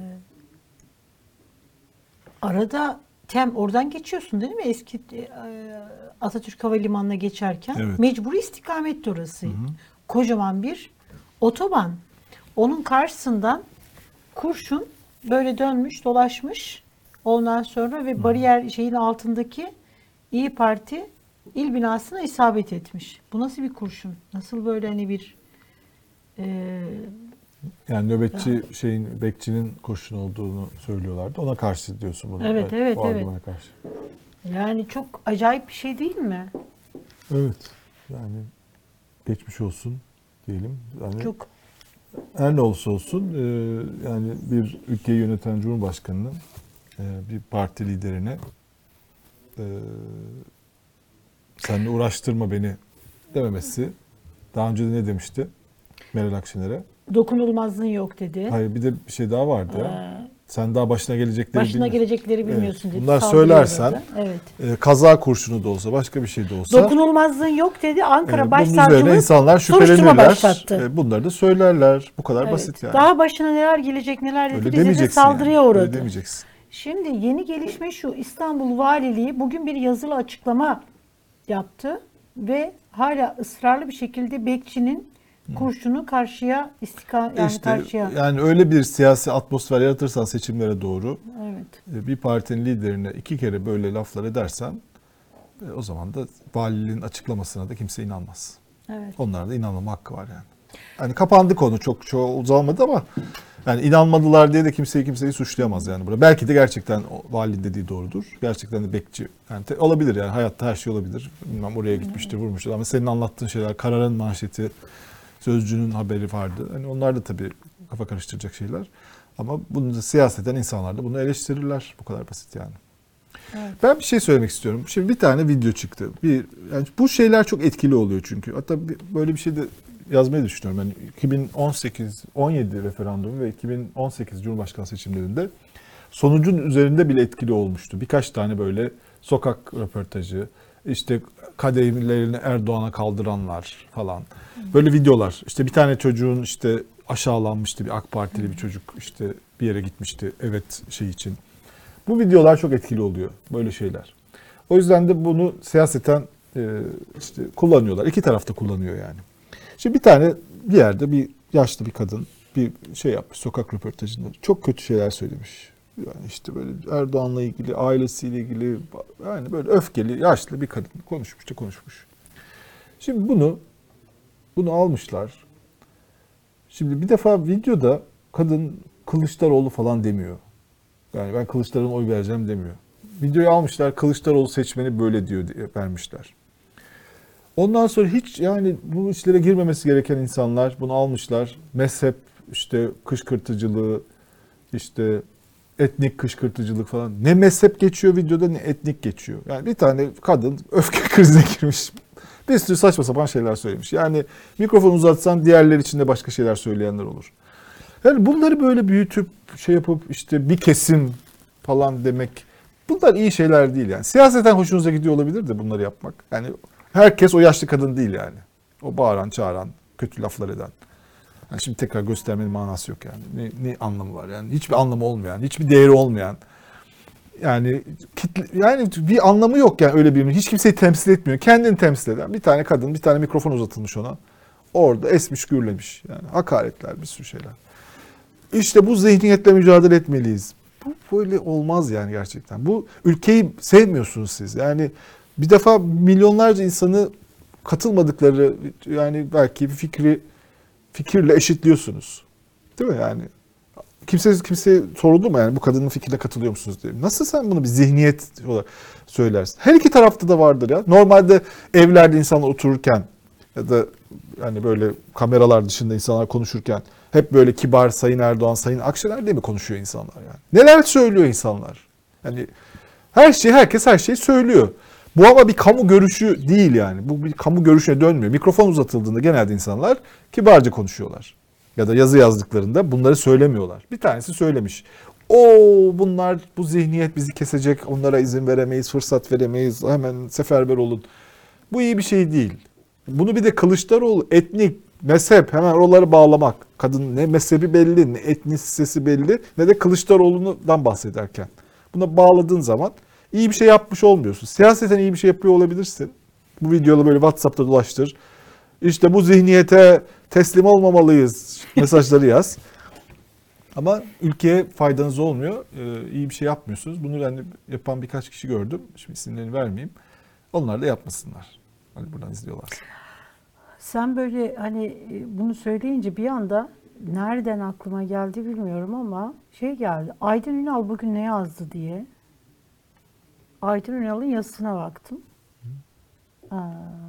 arada tem oradan geçiyorsun değil mi? Eski e, Atatürk Havalimanı'na geçerken Evet. mecburi istikamet orası. Kocaman bir otoban. Onun karşısından kurşun böyle dönmüş, dolaşmış. Ondan sonra ve bariyer şeyin altındaki İyi Parti il binasına isabet etmiş. Bu nasıl bir kurşun? Nasıl böyle hani bir e, Yani nöbetçi şeyin, bekçinin kurşun olduğunu söylüyorlardı. Ona karşı diyorsun bunu. Evet, evet, o evet. argümana karşı. yani çok acayip bir şey değil mi? Evet. Yani geçmiş olsun diyelim. Yani Çok her ne olursa olsun e, yani bir ülkeyi yöneten Cumhurbaşkanı'nın e, bir parti liderine e, seninle uğraştırma beni dememesi. Daha önce de ne demişti Meral Akşener'e? dokunulmazlığın yok dedi. Hayır, bir de bir şey daha vardı ya. Sen daha başına gelecekleri Başına bilmiyorsun. gelecekleri bilmiyorsun dedi. Bunlar Saldırıya söylersen uğradı. Evet. e, kaza kurşunu da olsa, başka bir şey de olsa Dokunulmazlığın yok dedi. Ankara e, bunun üzerine Başsavcılığı insanlar soruşturma şüphelenirler. başlattı. E, bunları da söylerler. Bu kadar Evet. basit yani. Daha başına neler gelecek neler dedi. Öyle Bize de demeyeceksin saldırıya yani. uğradı. Öyle demeyeceksin. Şimdi yeni gelişme şu: İstanbul Valiliği bugün bir yazılı açıklama yaptı ve hala ısrarlı bir şekilde bekçinin kurşunu karşıya istika yani İşte karşıya. yani öyle bir siyasi atmosfer yaratırsan seçimlere doğru Evet. e, bir partinin liderine iki kere böyle laflar edersen e, o zaman da valiliğin açıklamasına da kimse inanmaz. Evet. Onlar da inanmama hakkı var yani. Hani kapandı konu, çok çok uzamadı ama yani inanmadılar diye de kimseyi kimseyi suçlayamaz yani burada. Belki de gerçekten o valinin dediği doğrudur. Gerçekten de bekçi yani te- olabilir yani, hayatta her şey olabilir. Bilmem oraya gitmiştir, vurmuştur ama senin anlattığın şeyler, Karar'ın manşeti, Sözcü'nün haberi vardı. Hani onlar da tabii kafa karıştıracak şeyler. Ama bunu da siyaseten insanlar da bunu eleştirirler. Bu kadar basit yani. Evet. Ben bir şey söylemek istiyorum. Şimdi bir tane video çıktı. Bir yani bu şeyler çok etkili oluyor çünkü. Hatta bir, böyle bir şey de yazmayı düşünüyorum. Yani iki bin on sekiz on yedi referandumu ve iki bin on sekiz Cumhurbaşkanı seçimlerinde sonucun üzerinde bile etkili olmuştu. Birkaç tane böyle sokak röportajı, işte kadehlerini Erdoğan'a kaldıranlar falan. Böyle videolar. İşte bir tane çocuğun işte aşağılanmıştı, bir AK Partili bir çocuk işte bir yere gitmişti evet şey için. Bu videolar çok etkili oluyor, böyle şeyler. O yüzden de bunu siyaseten e, işte kullanıyorlar. İki tarafta kullanıyor yani. Şimdi bir tane bir yerde bir yaşlı bir kadın bir şey yapmış sokak röportajında. Çok kötü şeyler söylemiş. Yani işte böyle Erdoğan'la ilgili, ailesiyle ilgili yani böyle öfkeli, yaşlı bir kadın konuşmuş da konuşmuş. Şimdi bunu bunu almışlar. Şimdi bir defa videoda kadın Kılıçdaroğlu falan demiyor. Yani ben Kılıçdaroğlu'na oy vereceğim demiyor. Videoyu almışlar, Kılıçdaroğlu seçmeni böyle diyor diye vermişler. Ondan sonra hiç yani bu işlere girmemesi gereken insanlar bunu almışlar. Mezhep, işte kışkırtıcılığı, işte etnik kışkırtıcılık falan. Ne mezhep geçiyor videoda ne etnik geçiyor. Yani bir tane kadın öfke krizine girmiş. Bir sürü saçma sapan şeyler söylemiş. Yani mikrofon uzatsan diğerleri için de başka şeyler söyleyenler olur. Yani bunları böyle büyütüp şey yapıp işte bir kesim falan demek, bunlar iyi şeyler değil yani. Siyaseten hoşunuza gidiyor olabilir de bunları yapmak. Yani herkes o yaşlı kadın değil yani. O bağıran, çağıran, kötü laflar eden. Yani şimdi tekrar göstermenin manası yok yani. Ne, ne anlamı var yani? Hiçbir anlamı olmayan, hiçbir değeri olmayan. Yani kitle, yani bir anlamı yok yani öyle birinin. Hiç kimseyi temsil etmiyor. Kendini temsil eden bir tane kadın, bir tane mikrofon uzatılmış ona. Orada esmiş gürlemiş. Yani hakaretler, bir sürü şeyler. İşte bu zihniyetle mücadele etmeliyiz. Bu böyle olmaz yani gerçekten. Bu ülkeyi sevmiyorsunuz siz. Yani bir defa milyonlarca insanı katılmadıkları yani belki bir fikri fikirle eşitliyorsunuz. Değil mi yani? kimse kimseye soruldu mu yani bu kadının fikrine katılıyor musunuz diye. Nasıl sen bunu bir zihniyet olarak söylersin? Her iki tarafta da vardır ya. Normalde evlerde insanlar otururken ya da hani böyle kameralar dışında insanlar konuşurken hep böyle kibar Sayın Erdoğan, Sayın Akşener diye mi konuşuyor insanlar yani? Neler söylüyor insanlar? Yani her şey, herkes her şeyi söylüyor. Bu ama bir kamu görüşü değil yani. Bu bir kamu görüşüne dönmüyor. Mikrofon uzatıldığında genelde insanlar kibarca konuşuyorlar. Ya da yazı yazdıklarında bunları söylemiyorlar. Bir tanesi söylemiş. O bunlar, bu zihniyet bizi kesecek, onlara izin veremeyiz, fırsat veremeyiz, hemen seferber olun. Bu iyi bir şey değil. Bunu bir de Kılıçdaroğlu etnik, mezhep, hemen oraları bağlamak. Kadının ne mezhebi belli, ne etnisitesi belli, ne de Kılıçdaroğlu'ndan bahsederken. Buna bağladığın zaman iyi bir şey yapmış olmuyorsun. Siyaseten iyi bir şey yapıyor olabilirsin. Bu videoları böyle WhatsApp'ta dolaştır. İşte bu zihniyete teslim olmamalıyız mesajları yaz. Ama ülkeye faydanız olmuyor. Ee, iyi bir şey yapmıyorsunuz. Bunu ben de yapan birkaç kişi gördüm. Şimdi isimlerini vermeyeyim. Onlar da yapmasınlar. Hani buradan izliyorlar. Sen böyle hani bunu söyleyince bir anda nereden aklıma geldi bilmiyorum ama şey geldi. Aydın Ünal bugün ne yazdı diye. Aydın Ünal'ın yazısına baktım. Aa,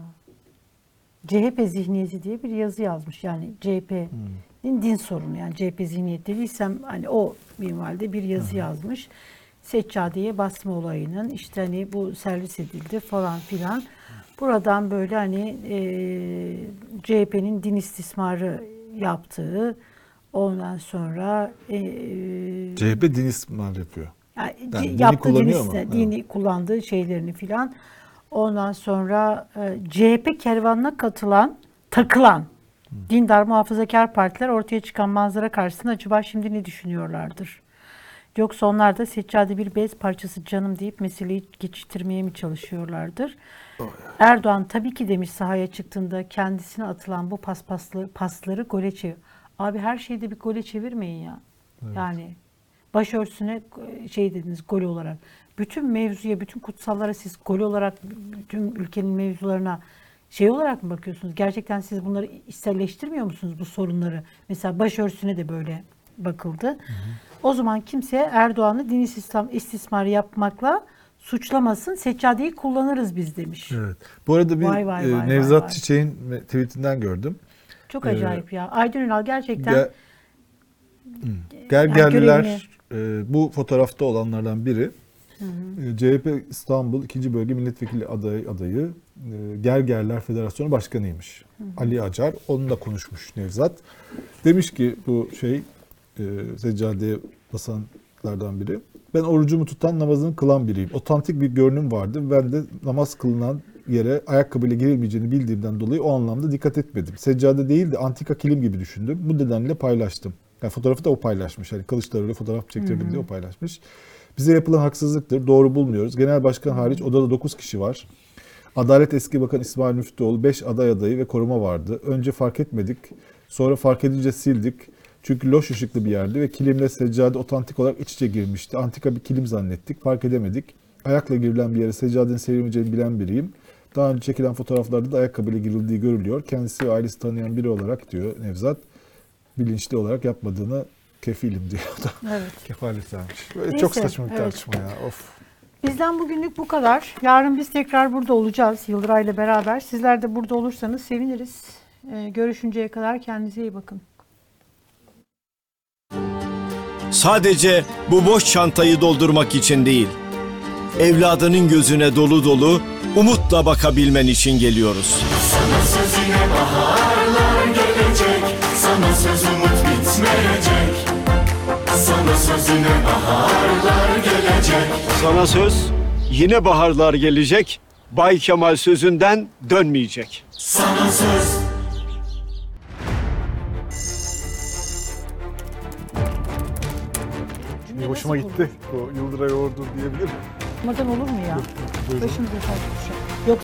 C H P zihniyeti diye bir yazı yazmış. Yani C H P'nin din sorunu, yani C H P zihniyeti dediysem hani o minvalde bir yazı Hı. yazmış. Seccadeye basma olayının işte hani bu servis edildi falan filan. Buradan böyle hani e, C H P'nin din istismarı yaptığı, ondan sonra e, C H P din istismarı yapıyor. Yani yani yaptığı dini, dini, mu? dini evet. kullandığı şeylerini filan. Ondan sonra e, C H P kervanına katılan, takılan hmm. dindar muhafazakar partiler ortaya çıkan manzara karşısında acaba şimdi ne düşünüyorlardır? Yoksa onlar da seccade bir bez parçası canım deyip meseleyi geçiştirmeye mi çalışıyorlardır? Oh. Erdoğan tabii ki demiş sahaya çıktığında kendisine atılan bu paspasları, pasları gole çevir. Abi her şeyde bir gole çevirmeyin ya. Evet. Yani başörtüsüne şey dediniz gol olarak. Bütün mevzuya, bütün kutsallara siz gol olarak, bütün ülkenin mevzularına şey olarak mı bakıyorsunuz? Gerçekten siz bunları içselleştirmiyor musunuz bu sorunları? Mesela başörtüsüne de böyle bakıldı. Hı hı. O zaman kimse Erdoğan'ı din istismarı yapmakla suçlamasın. Seccadeyi kullanırız biz demiş. Evet. Bu arada bir vay, vay, vay, Nevzat vay, vay. Çiçek'in tweetinden gördüm. Çok acayip ee, ya. Aydın Ünal gerçekten Ge- Gergerliler yani e, bu fotoğrafta olanlardan biri. Hı hı. C H P İstanbul ikinci Bölge Milletvekili adayı, adayı e, Gergerler Federasyonu Başkanıymış. Hı hı. Ali Acar. Onunla konuşmuş Nevzat. Demiş ki bu şey e, seccadeye basanlardan biri. Ben orucumu tutan, namazını kılan biriyim. Otantik bir görünüm vardı. Ben de namaz kılınan yere ayakkabıyla girilmeyeceğini bildiğimden dolayı o anlamda dikkat etmedim. Seccade değil de antika kilim gibi düşündüm. Bu nedenle paylaştım. Yani fotoğrafı da o paylaşmış. Yani Kılıçdaroğlu fotoğraf çektirdim diye o paylaşmış. Bize yapılan haksızlıktır. Doğru bulmuyoruz. Genel başkan hariç odada dokuz kişi var. Adalet Eski Bakan İsmail Müftüoğlu beş aday adayı ve koruma vardı. Önce fark etmedik. Sonra fark edince sildik. Çünkü loş ışıklı bir yerdi ve kilimle seccade otantik olarak iç içe girmişti. Antika bir kilim zannettik. Fark edemedik. Ayakla girilen bir yere seccadenin serilmeyeceğini bilen biriyim. Daha önce çekilen fotoğraflarda da ayakkabıyla girildiği görülüyor. Kendisi ve ailesi tanıyan biri olarak diyor Nevzat, bilinçli olarak yapmadığını kefilim diyor da. Evet. Kefalet vermiş. Böyle Neyse, çok saçma bir evet. tartışma ya. Of. Bizden bugünlük bu kadar. Yarın biz tekrar burada olacağız Yıldıray'la beraber. Sizler de burada olursanız seviniriz. Ee, görüşünceye kadar kendinize iyi bakın. Sadece bu boş çantayı doldurmak için değil, evladının gözüne dolu dolu umutla bakabilmen için geliyoruz. Sana söz yine baharlar gelecek, sana söz umut bitmeyecek. Sana söz yine baharlar gelecek. Sana söz yine baharlar gelecek, Bay Kemal sözünden dönmeyecek. Sana söz. Hoşuma gitti. O Yıldıray Ordu diyebilir miyim? Madan olur mu ya? Başımıza taş düşer. Yok